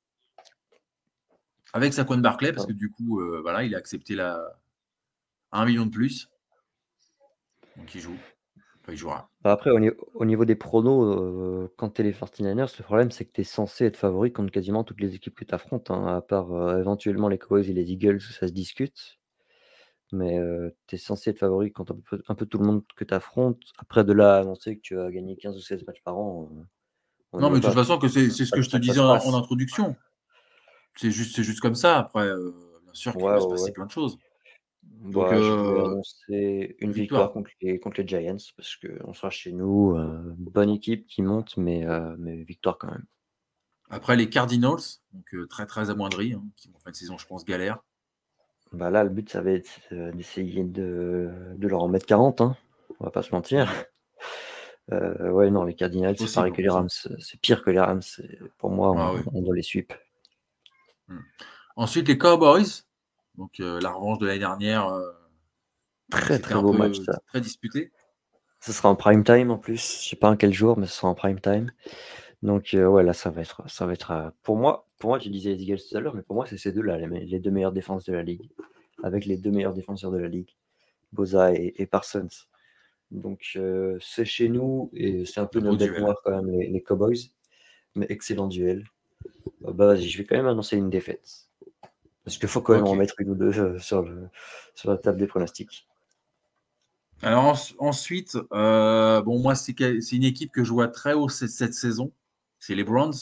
avec Saquon Barclay, parce
Ah.
que du coup, euh, voilà, il a accepté la un million de plus. Donc il joue. Enfin, il jouera.
Bah, Après, au, ni- au niveau des pronos, euh, quand t'es les forty-niners, le problème, c'est que t'es censé être favori contre quasiment toutes les équipes que t'affrontes, hein, à part euh, éventuellement les Cowboys et les Eagles, où ça se discute. Mais euh, t'es censé être favori contre un peu, un peu tout le monde que t'affrontes. Après, de là à annoncer que tu vas gagner quinze ou seize matchs par an, euh, on
Non,
n'y
mais
est
de toute
pas.
façon, que c'est c'est
C'est
ce
pas
que
comme
je te
ça que ça
disais
se
en, en
passe.
introduction. C'est juste, c'est juste comme ça. Après, euh, bien sûr qu'il
Ouais,
va se
ouais,
passer
ouais.
plein de choses. Donc,
Bah, je vais
euh,
annoncer une victoire
victoire.
contre les, contre les Giants parce qu'on sera chez nous. euh, bonne équipe qui monte, mais, euh, mais victoire quand même.
Après, les Cardinals, donc euh, très très amoindris, hein, qui vont faire une saison, je pense, galère.
Bah là, le but, ça va être euh, d'essayer de, de leur en mettre quarante, hein. On va pas se mentir.
Mm.
Euh, ouais, non, les Cardinals, c'est pareil
Possible en
que les
plus.
Rams.
Hein.
C'est pire que les Rams. c'est- Pour moi, on,
Ah oui.
on doit les sweep.
Mm. Ensuite, les Cowboys. Donc, euh, la revanche de l'année dernière, euh, où
Très,
c'était
très
un
beau match,
peu
ça.
très disputé.
Ce sera en prime time en plus. Je sais pas en quel jour, mais ce sera en prime time. Donc, euh, ouais, là, ça va être, ça va être euh, pour moi, pour moi, tu disais les Eagles tout à l'heure, mais pour moi, c'est ces deux-là, les, me- les deux meilleures défenses de la ligue, avec les deux meilleurs défenseurs de la ligue, Boza et, et Parsons. Donc, euh, c'est chez nous et c'est un peu
Un beau
notre bête
duel.
noire quand même, les, les Cowboys. Mais excellent duel. Euh, bah, vas-y, je vais quand même annoncer une défaite. Parce qu'il faut quand même en
Ok.
mettre une ou deux euh, sur, le, sur la table des pronostics.
Alors ens- ensuite, euh, bon, moi, c'est que- c'est une équipe que je vois très haut cette, cette saison. C'est les Browns.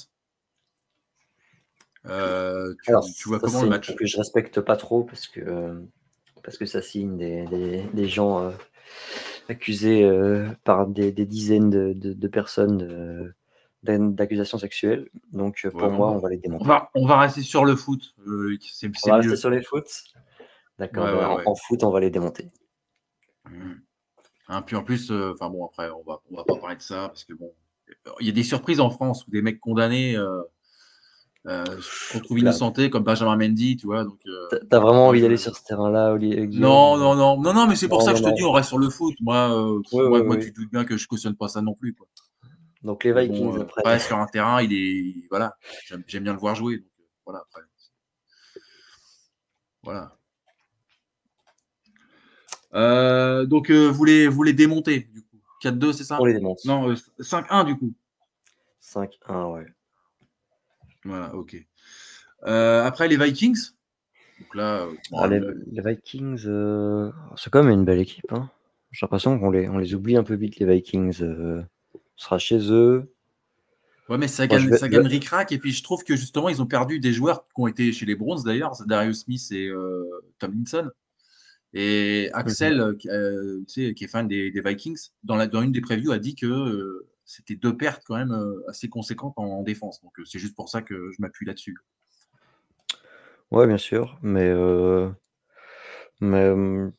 Euh,
Alors,
tu, tu vois
ça,
comment
c'est
le
une équipe
match?
que je respecte pas trop parce que, euh, parce que ça signe des, des, des gens euh, accusés euh, par des, des dizaines de, de, de personnes euh, d'ac- d'accusations sexuelles. Donc, euh,
Ouais,
pour
on
moi,
va,
on va les
on
démonter.
va, on va rester sur le foot. Euh, c'est
On
c'est
va rester
mieux.
sur les foot. D'accord,
Ouais,
ben,
ouais,
en,
ouais.
en foot, on va les démonter.
Mm. Hein, puis en plus, euh, enfin bon, après, on va, on va pas parler de ça parce que bon, il y a des surprises en France où des mecs condamnés euh, euh, qu'on trouve
Là,
innocentés comme Benjamin Mendy, tu vois. Donc, euh,
t'as t'as vraiment
moi,
envie
je.
d'aller sur ce terrain-là, Oli- euh,
Non,
Guillaume?
non, non, non, non, mais c'est pour
Non,
ça que
non,
je te
non.
dis, on reste sur le foot. Moi, euh,
Oui, oui,
moi, moi, tu
oui.
te doutes bien que je cautionne pas ça non plus, quoi.
Donc, les
Mais bon,
Vikings
euh,
après.
après, sur un terrain, il est, voilà, j'aime j'aime bien le voir jouer. Donc, euh, voilà, après, voilà. Euh, donc, euh, vous les, vous les démontez, du coup. quatre deux, c'est
On
ça?
les démonte.
Non, euh, cinq un, du coup.
cinq un, ouais.
Voilà, ok. Euh, après, les Vikings. Donc là, euh, bon,
Ah, les,
le-
les Vikings, euh, c'est quand même une belle équipe, hein. J'ai l'impression qu'on les, on les oublie un peu vite, les Vikings. euh, On sera chez eux.
ouais, mais ça
Moi, je
gagne,
vais,
ça
je vais-
gagne ric-rac. Et puis, je trouve que justement, ils ont perdu des joueurs qui ont été chez les Browns, d'ailleurs. C'est Darius Smith et euh, Tomlinson. Et
Mhm.
Axel, euh, qui, euh, tu sais, qui est fan des, des Vikings, dans, la, dans une des previews, a dit que euh, c'était deux pertes quand même euh, assez conséquentes en, en défense. Donc, euh, c'est juste pour ça que je m'appuie là-dessus.
Ouais, bien sûr. Mais, euh, mais euh,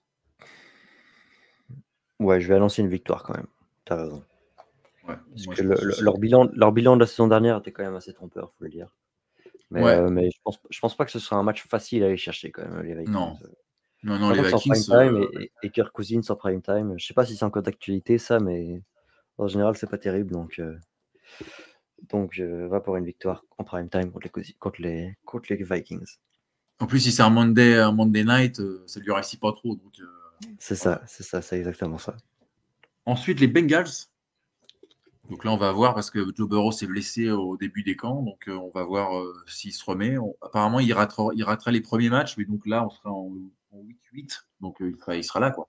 ouais, je vais annoncer une victoire quand même. T'as raison.
Ouais,
Parce
moi,
que
je
le-
pense
le-
aussi.
leur bilan, leur bilan de la saison dernière était quand même assez trompeur, faut le dire. Mais,
Ouais,
euh, mais je pense, je pense pas que ce sera un match facile à aller chercher quand même, les Vikings.
non. Non, non,
Par
les
contre, c'est en
Vikings.
prime time
euh,
et, et Kirk Cousins en prime time. Je sais pas si c'est encore d'actualité ça, mais en général, c'est pas terrible. Donc, euh, donc je va pour une victoire en prime time contre les, Cousi- contre les, contre les Vikings.
En plus, si c'est un Monday, un Monday night, euh, ça lui réussit pas trop. Donc, euh,
C'est
voilà.
ça, c'est ça, c'est exactement ça.
Ensuite, les Bengals. Donc là, on va voir parce que Joe Burrow s'est blessé au début des camps. Donc, euh, on va voir euh, s'il se remet. On- apparemment, il ratera, il ratera les premiers matchs. Mais donc là, on sera en, en week huit. Donc, euh, il, sera, il sera là, quoi.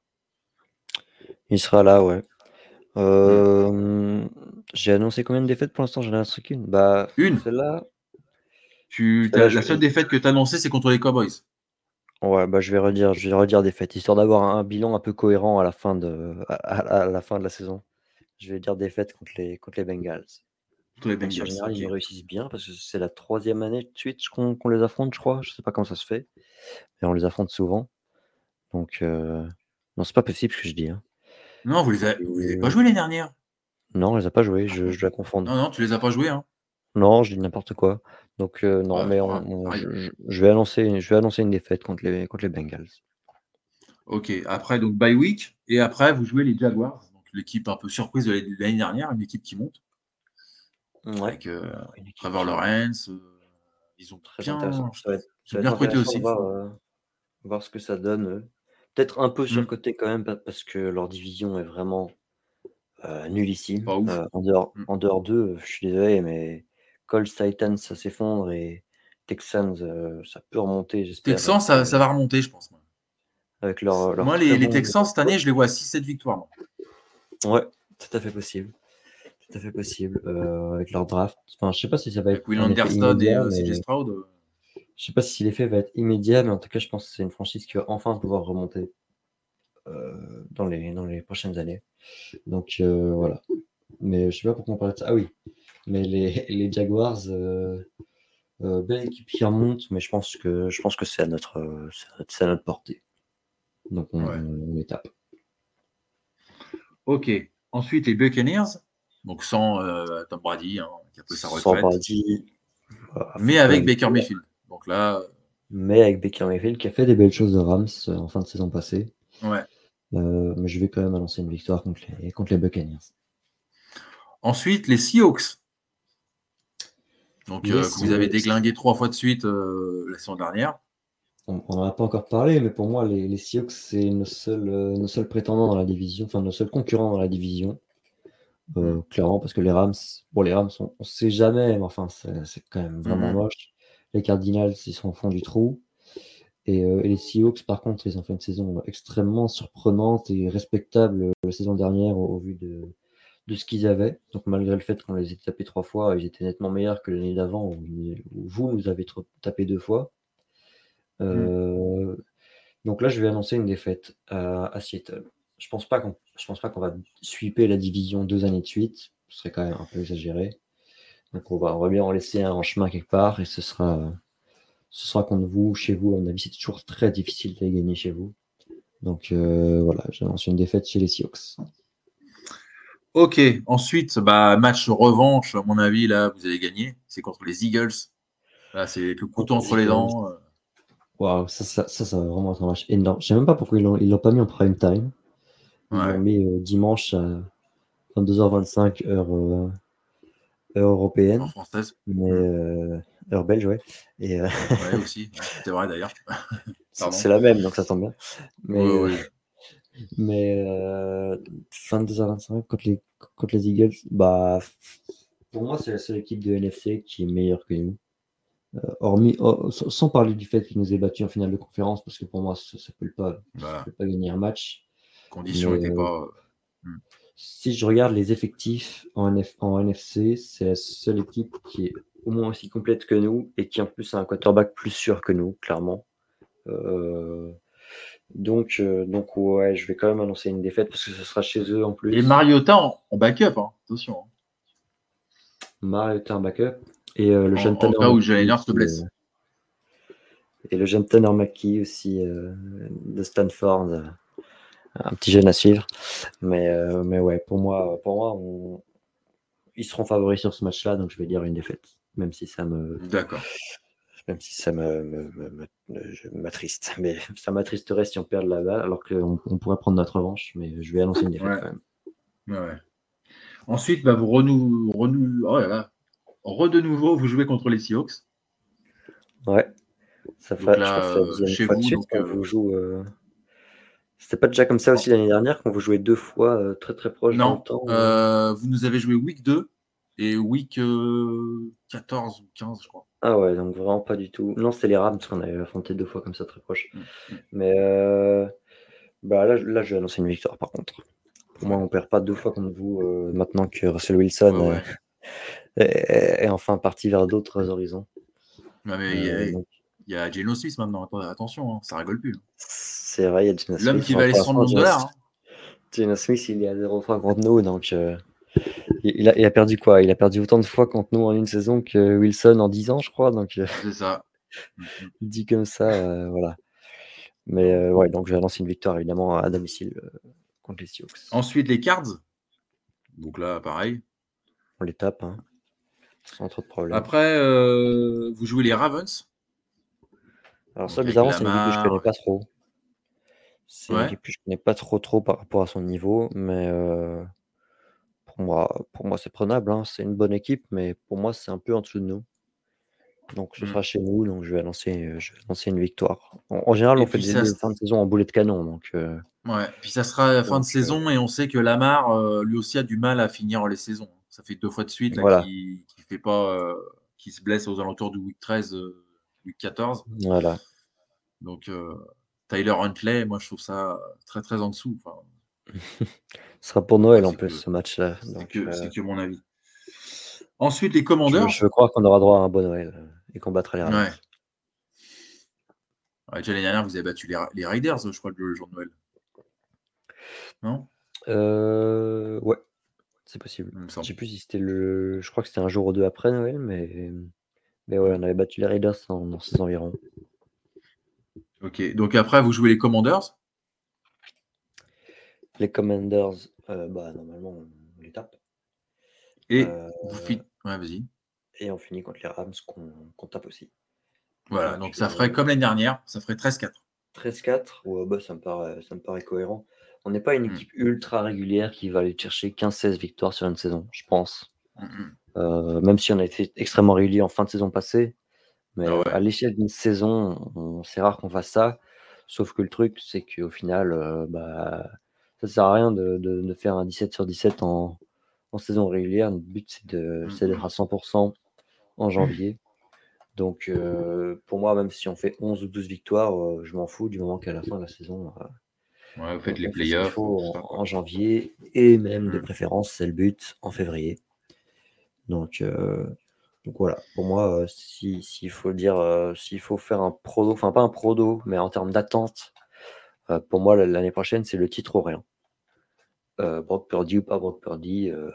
Il sera là, ouais.
Hmm.
Euh, j'ai annoncé combien de défaites pour l'instant? J'en ai annoncé qu'une. Bah,
Une.
celle-là,
Tu,
celle-là,
t'as-
je
la seule
vais,
défaite que tu as annoncée, c'est contre les Cowboys.
ouais, bah, je vais redire, je vais redire défaite, histoire d'avoir un, un bilan un peu cohérent à la fin de, à, à- à la fin de la saison. Je vais dire défaite contre les, contre les Bengals.
Contre les
Même si en
Bengals.
général, ils
Ok.
nous réussissent bien, parce que c'est la troisième année de suite qu'on qu'on les affronte, je crois. Je sais pas comment ça se fait, mais on les affronte souvent. Donc, euh, non, c'est pas possible ce que je dis, hein.
Non, vous les avez, vous les avez pas
Euh,
joués l'année dernière.
non, on les a pas joués, je, je dois confondre.
Non, non, tu les as pas joués. Hein.
Non, je dis n'importe quoi. Donc, euh, non,
Ouais,
mais
c'est pas
on,
grave, ça
on-
arrive.
je, je- je vais annoncer, je vais annoncer une défaite contre les, contre les Bengals.
Ok. Après, donc, bye week. Et après, vous jouez les Jaguars. Donc, l'équipe un peu surprise de l'année de l'année dernière. Une équipe qui monte.
Ouais,
Avec euh,
une équipe
Trevor
qui est
Lawrence. euh, ils ont
très intéressant.
bien,
Ça va être,
ils
ça
ont
va être
bien recruté
intéressant de
aussi.
voir,
Faut...
euh, voir ce que ça donne. euh. Peut-être un peu
Hmm.
surcoté quand même, pa- parce que leur division est vraiment euh, nullissime.
Pas ouf.
Euh, en dehors,
Hmm.
en dehors d'eux, je suis désolé, mais Colts, Titans, ça s'effondre et Texans, euh, ça peut remonter, j'espère,
Texans,
avec,
ça,
euh,
ça va remonter, je pense. Moi,
avec leur, leur
Moi,
très
les, les
bon.
Texans, cette année, je les vois à six sept victoires. Moi.
Ouais, tout à fait possible. Tout à fait possible. Euh, avec leur draft. Enfin, je sais pas si ça va
Avec
être
Will
un effet
Anderson et
immédiat,
euh, C J
mais
Stroud. euh,
je sais pas si l'effet va être immédiat, mais en tout cas, je pense que c'est une franchise qui va enfin pouvoir remonter euh, dans les, dans les prochaines années. Donc euh, voilà. Mais je sais pas pourquoi on parlait de ça. Ah oui, mais les, les Jaguars, euh, euh, belle équipe qui remonte, mais je pense que je pense que c'est à notre, euh, c'est à notre, c'est à notre portée. Donc on,
Ouais.
on, on les tape.
Ok. Ensuite, les Buccaneers. Donc, sans euh, Tom Brady, hein, qui a pris sa
Sans
retraite.
Brady, il faut
Mais
quand
avec
même.
Baker Mayfield. Donc là,
Mais avec Baker Mayfield qui a fait des belles choses de Rams euh, en fin de saison passée.
ouais.
Euh, mais je vais quand même annoncer une victoire contre les, contre les Buccaneers.
Ensuite, les Seahawks. Donc,
Les
euh, que vous avez
Seahawks,
déglingué trois fois de suite euh, la saison dernière.
on n'en a pas encore parlé, mais pour moi, les, les Seahawks, c'est nos seuls, euh, nos seuls prétendants dans la division, enfin nos seuls concurrents dans la division.
Hmm.
Euh, clairement, parce que les Rams, bon, les Rams, on ne sait jamais, mais enfin, c'est c'est quand même vraiment
Mhm.
moche. Les Cardinals, ils sont au fond du trou. Et, euh, et les Seahawks, par contre, ils ont fait une saison extrêmement surprenante et respectable euh, la saison dernière au, au vu de, de ce qu'ils avaient. Donc, malgré le fait qu'on les ait tapés trois fois, ils étaient nettement meilleurs que l'année d'avant, où, où vous nous avez trop- tapé deux fois.
Hmm.
Euh, donc là, je vais annoncer une défaite à, à Seattle. Je pense pas qu'on, je pense pas qu'on va sweeper la division deux années de suite. Ce serait quand même un peu exagéré. Donc on va, on va bien en laisser un en chemin quelque part et ce sera, ce sera contre vous, chez vous. À mon avis, c'est toujours très difficile de les gagner chez vous. Donc euh, voilà, j'annonce une défaite chez les Seahawks.
Ok. Ensuite, bah, match revanche, à mon avis, là, vous allez gagner. C'est contre les Eagles. Là, c'est le couteau
Contre les
entre les
Eagles.
dents. euh.
Waouh, ça, ça, ça, ça va vraiment être un match énorme. Je sais même pas pourquoi ils l'ont, ils l'ont pas mis en prime time. Ils l'ont
Ouais.
mis euh, dimanche à vingt-deux heures vingt-cinq heure, euh, heure
En
européenne.
française.
Mais
Hmm.
euh, heure belge, ouais. Et euh,
Ouais, aussi. Ouais. C'est vrai, d'ailleurs.
c'est
Pardon.
c'est la même, donc ça tombe bien.
Oui,
Mais, euh,
oui.
mais euh, vingt-deux heures vingt-cinq contre les, contre les Eagles, bah, pour moi, c'est la seule équipe de N F C qui est meilleure que nous. Euh, hormis, oh, sans sans parler du fait qu'il nous ait battus en finale de conférence, parce que pour moi, ça ne peut pas, ça
Voilà.
peut pas gagner un match.
Conditions
Mais
n'étaient
euh,
pas. euh, hmm.
si je regarde les effectifs en, N F, en N F C, c'est la seule équipe qui est au moins aussi complète que nous et qui en plus a un quarterback plus sûr que nous, clairement. Euh, donc, euh, donc ouais, je vais quand même annoncer une défaite parce que ce sera chez eux en
Et
plus.
Mariota en, en backup, hein. Attention. Hein.
Mariota en backup et euh, le
En,
jeune
en
Tanner
cas où
McKee
Jalen Hurts se
aussi, euh,
blesse.
et le jeune Tanner McKee aussi euh, de Stanford, euh, un petit jeune à suivre. Mais euh, mais ouais, pour moi, pour moi, on- ils seront favoris sur ce match-là, donc je vais dire une défaite, même si ça me,
D'accord.
Même si ça me, me, me, me- je- m'attriste. Mais ça m'attristerait si on perd là-bas, alors qu'on on pourrait prendre notre revanche. Mais je vais annoncer une défaite
Ouais.
quand même.
Ouais, ouais. Ensuite, bah, vous renou, renou, oh là là, re de nouveau, vous jouez contre les Seahawks.
Ouais. Ça
Donc
ferait, je crois
là,
que c'est la
euh,
deuxième
chez
fois de
vous,
suite
donc
qu'on
euh,
vous joue. euh, C'était pas déjà comme ça aussi l'année dernière, qu'on vous jouait deux fois euh, très très proche dans le
non,
temps. euh.
euh, vous nous avez joué week deux et week euh, quatorze ou quinze, je crois.
Ah ouais, donc vraiment pas du tout. Non, c'était les Rams qu'on avait affronté deux fois comme ça très proche.
Mm, mm.
Mais euh, bah là, je- là, je vais annoncer une victoire par contre. Pour moi,
Ouais.
on perd pas deux fois contre vous euh, maintenant que Russell Wilson
Ouais,
euh,
ouais.
est, est enfin parti vers d'autres horizons.
Ouais, mais il y a,
Euh,
il
donc,
y a Geno Smith maintenant. Atten- Attention, hein, ça rigole plus.
c'est vrai, il y a Geno
L'homme
Smith.
qui
Enfin,
valait
pour
cent
l'instant,
millions de
Geno,
dollars. Hein.
Geno Smith, il est à zéro trois contre nous. Donc, euh, il, il a, il a perdu quoi? Il a perdu autant de fois contre nous en une saison que Wilson en dix ans, je crois. Donc, euh,
C'est ça. Mm, mm.
dit comme ça, euh, voilà. Mais euh, ouais, donc je vais annoncer une victoire évidemment à domicile euh, contre les Seahawks.
Ensuite, les Cards. Donc là, pareil.
On les tape, hein, sans trop de problèmes.
Après, euh, vous jouez les Ravens.
Alors
Donc
ça,
avec
bizarrement, c'est une équipe que je connais
Lamar.
pas trop. C'est une
Ouais.
équipe que je connais pas trop trop par rapport à son niveau, mais euh, pour moi, pour moi, c'est prenable, hein. C'est une bonne équipe, mais pour moi, c'est un peu en dessous de nous. Donc ce
Mm.
sera chez nous, donc je vais lancer, euh, je vais lancer une victoire. En, en général,
Et
on fait
puis
des,
ça,
des fins de saison en boulet de canon, donc, euh,
ouais. Puis ça sera la fin de
donc euh,
saison et on sait que Lamar, euh, lui aussi, a du mal à finir les saisons. Ça fait deux fois de suite là
voilà,
qui qui fait pas, euh, qui se blesse aux alentours du week treize, euh, week quatorze.
voilà.
Donc euh, Tyler Huntley, moi je trouve ça très très en dessous. Enfin,
Ce sera pour
après
Noël en
c'est
plus
que
ce match-là,
c'est
donc
que
euh,
c'est que mon avis. Ensuite les
je, veux-
Commanders.
je veux croire qu'on aura droit à un bon Noël euh, et qu'on battra les
Ouais.
Ravens.
Ouais, déjà l'année dernière vous avez battu les, Ra- les Raiders, je crois, le jour de Noël. Non?
Euh, ouais, c'est possible.
Il me
Je
semble.
sais plus si c'était le, je crois que c'était un jour ou deux après Noël, mais mais ouais,
Ouais.
on avait battu les Raiders dans, dans ces environs.
Ok. Donc après vous jouez les Commanders.
Les Commanders, euh, bah normalement on, on les tape.
Et
Euh,
vous faites. Ouais, vas-y.
et on finit contre les Rams qu'on qu'on tape aussi.
Voilà,
Donc
donc ça ferait
euh,
comme l'année dernière, ça ferait treize quatre.
treize quatre, ouais, bah, ça me paraît, ça me paraît cohérent. On n'est pas une
Mm,
équipe ultra régulière qui va aller chercher quinze seize victoires sur une saison, je pense.
mm, mm.
Euh, même si on a été extrêmement régulier en fin de saison passée, mais
Ah
euh, à
ouais.
l'échelle d'une saison, on- c'est rare qu'on fasse ça. Sauf que le truc, c'est qu'au final, euh, bah, ça sert à rien de, de- de faire un dix-sept sur dix-sept en, en saison régulière. Notre but, c'est de,
Mm,
c'est d'être
mm.
à cent pour cent en janvier. Donc, euh, pour moi, même si on fait onze ou douze victoires, euh, je m'en fous du moment qu'à la fin de la saison, euh,
Ouais, vous
on,
faites les
on fait ce qu'il
playoffs, euh,
faut
tout ça,
en,
quoi.
en janvier et même de
Mm.
préférence, c'est le but, en février. Donc, euh, donc voilà, pour moi, euh, si, s'il faut dire, euh, s'il faut faire un prodo, enfin pas un prodo, mais en termes d'attente, euh, pour moi, l- l'année prochaine, c'est le titre ou rien. Euh, Brock Purdy ou pas Brock Purdy, euh,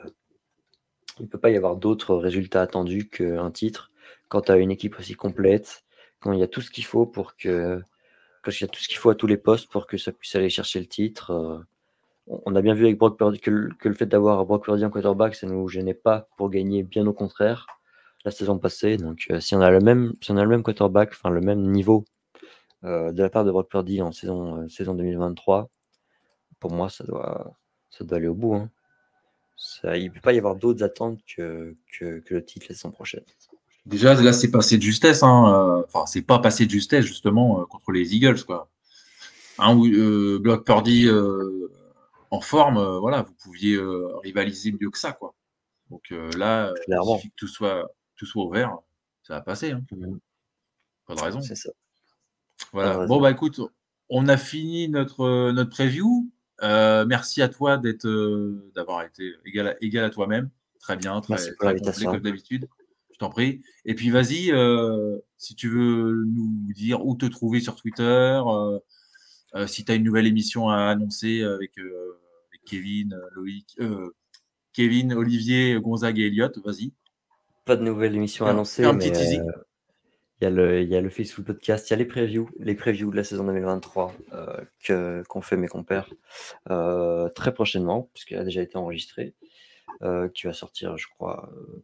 il ne peut pas y avoir d'autres résultats attendus qu'un titre quand tu as une équipe aussi complète, quand il y a tout ce qu'il faut pour que, quand il y a tout ce qu'il faut à tous les postes pour que ça puisse aller chercher le titre. euh, on on a bien vu avec Brock Purdy que, le que le fait d'avoir Brock Purdy en quarterback, ça ne nous gênait pas pour gagner, bien au contraire, la saison passée. Donc, euh, si on a le même, si on a le même quarterback, enfin le même niveau euh, de la part de Brock Purdy en saison, euh, saison deux mille vingt-trois, pour moi, ça doit, ça doit aller au bout, hein. Ça, il ne peut pas y avoir d'autres attentes que, que, que le titre la saison prochaine.
Déjà, là, c'est passé de justesse. Hein. euh, Enfin, c'est pas passé de justesse, justement, euh, contre les Eagles, quoi. Hein, où, euh, Brock Purdy euh, en forme, euh, voilà, vous pouviez euh, rivaliser mieux que ça, quoi. Donc euh, là, euh, il
Clairement.
suffit que tout soit, tout soit ouvert, ça va passer, hein.
Mhm.
Pas de raison.
C'est ça. Pas de
Voilà. Bon,
raison.
bah écoute, on a fini notre, euh, notre preview. Euh, merci à toi d'être, euh, d'avoir été égal à, égal à toi-même. Très bien,
Merci
très,
pour
très complet
l'invitation.
comme d'habitude. Je t'en prie. Et puis vas-y, euh, si tu veux nous dire où te trouver sur Twitter, euh, euh, si tu as une nouvelle émission à annoncer avec, euh, avec Kevin, euh, Loïc, euh, Kevin, Olivier, Gonzague et Elliott, vas-y.
Pas de nouvelle émission
Fais un, fais
annoncée,
un petit
mais euh,
teasing.
il y a le, il y a le Facebook Podcast, il y a les previews, les previews de la saison deux mille vingt-trois euh, que, qu'on fait mes compères euh, très prochainement, puisqu'elle a déjà été enregistrée, euh, qui va sortir, je crois, euh,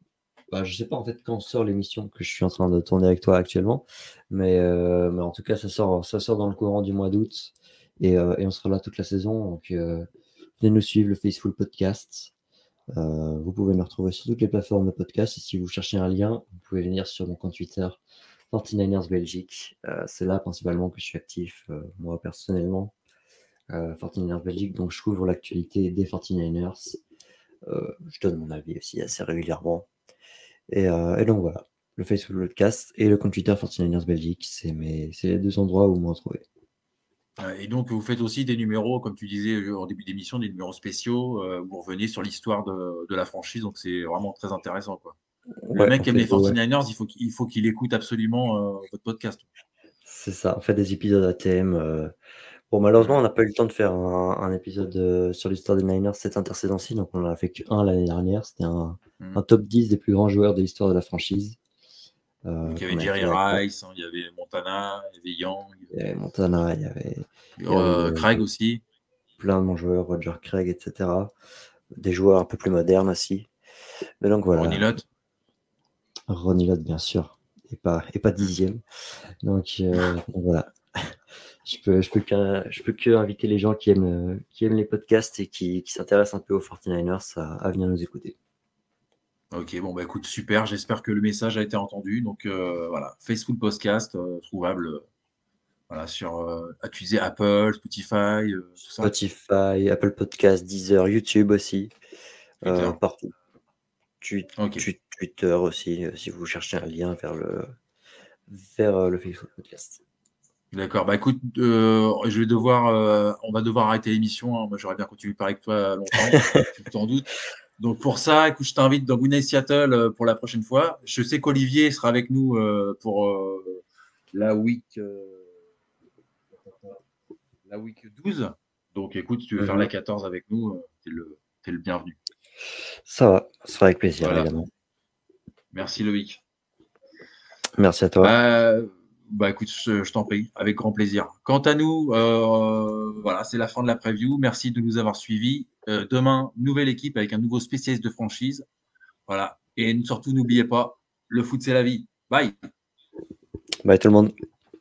Bah, je sais pas en fait quand sort l'émission que je suis en train de tourner avec toi actuellement, mais, euh, mais en tout cas ça sort, ça sort dans le courant du mois d'août et, euh, et on sera là toute la saison. Donc euh, venez nous suivre le Faithful Podcast. Euh, vous pouvez me retrouver sur toutes les plateformes de podcast et si vous cherchez un lien, vous pouvez venir sur mon compte Twitter forty-niners Belgique. Euh, c'est là principalement que je suis actif, euh, moi personnellement. Euh, forty-niners Belgique, donc je couvre l'actualité des forty-niners. Euh, je donne mon avis aussi assez régulièrement. Et, euh, et donc voilà, le Facebook Podcast et le compte Twitter forty-niners Belgique, c'est mes, c'est les deux endroits où vous me retrouvez.
Euh, Et donc, vous faites aussi des numéros, comme tu disais euh, en début d'émission, des numéros spéciaux, euh, où vous revenez sur l'histoire de, de la franchise. Donc, c'est vraiment très intéressant, quoi. Le
Ouais,
mec
on
qui aime
fait,
les
ouais,
forty-niners, il faut qu'il il faut qu'il écoute absolument euh, votre podcast.
c'est ça, on fait des épisodes à thème. euh. Bon, malheureusement,
Mm.
on n'a pas eu le temps de faire un, un épisode euh, sur l'histoire des Niners cette intersaison-ci, donc on en a fait qu'un l'année dernière. C'était un,
Mm.
un top dix des plus grands joueurs de l'histoire de la franchise.
Donc,
Euh,
il y
qu'on
avait
a
Jerry
fait avec
Rice, hein, il y avait Montana, il y avait Young,
il y avait Montana, il y avait,
il y
il y avait
avait, euh,
euh,
Craig aussi.
plein de bons joueurs, Roger Craig, et cetera. Des joueurs un peu plus modernes aussi. Mais donc
Ronnie
voilà,
Lott.
Ronnie Lott, bien sûr, et pas, et pas
Mm.
dixième. Donc, euh, donc voilà. Je peux, je peux que, je peux que inviter les gens qui aiment, euh, qui aiment les podcasts et qui, qui s'intéressent un peu aux forty-niners à, à venir nous écouter.
Ok, bon, bah écoute, super. J'espère que le message a été entendu. Donc, euh, voilà, Facebook Podcast, euh, trouvable euh, voilà, sur, euh, utiliser Apple, Spotify, euh, tout ça.
Spotify, Apple Podcasts, Deezer, YouTube aussi,
Twitter.
euh, partout. Tu,
Ok.
tu- Twitter aussi, euh, si vous cherchez un lien vers le, vers euh, le Facebook Podcast.
D'accord. Bah écoute, euh, je vais devoir, euh, on va devoir arrêter l'émission, hein. Moi, j'aurais bien continué de parler avec toi longtemps, tu t'en doutes. Donc pour ça, écoute, je t'invite dans Good Night Seattle euh, pour la prochaine fois. Je sais qu'Olivier sera avec nous euh, pour euh, la week, euh, la week douze. Donc écoute, si tu veux faire la
Mhm.
quatorze avec nous, euh, t'es le, t'es le bienvenu.
Ça va, ce sera avec plaisir,
Voilà.
évidemment.
Merci Loïc.
Merci à toi.
Bah, bah écoute, je, je t'en prie, avec grand plaisir. Quant à nous, euh, voilà, c'est la fin de la preview. Merci de nous avoir suivis. Euh, demain, nouvelle équipe avec un nouveau spécialiste de franchise. Voilà. Et surtout, n'oubliez pas, le foot, c'est la vie. Bye.
Bye tout le monde.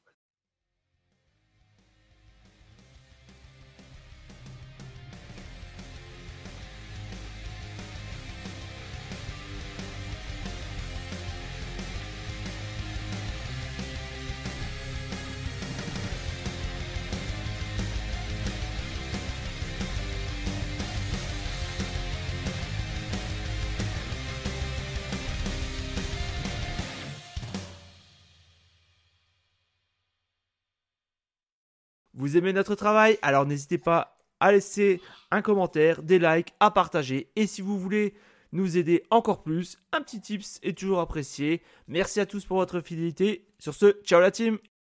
Vous aimez notre travail? Alors n'hésitez pas à laisser un commentaire, des likes, à partager. Et si vous voulez nous aider encore plus, un petit tips est toujours apprécié. Merci à tous pour votre fidélité. Sur ce, ciao la team!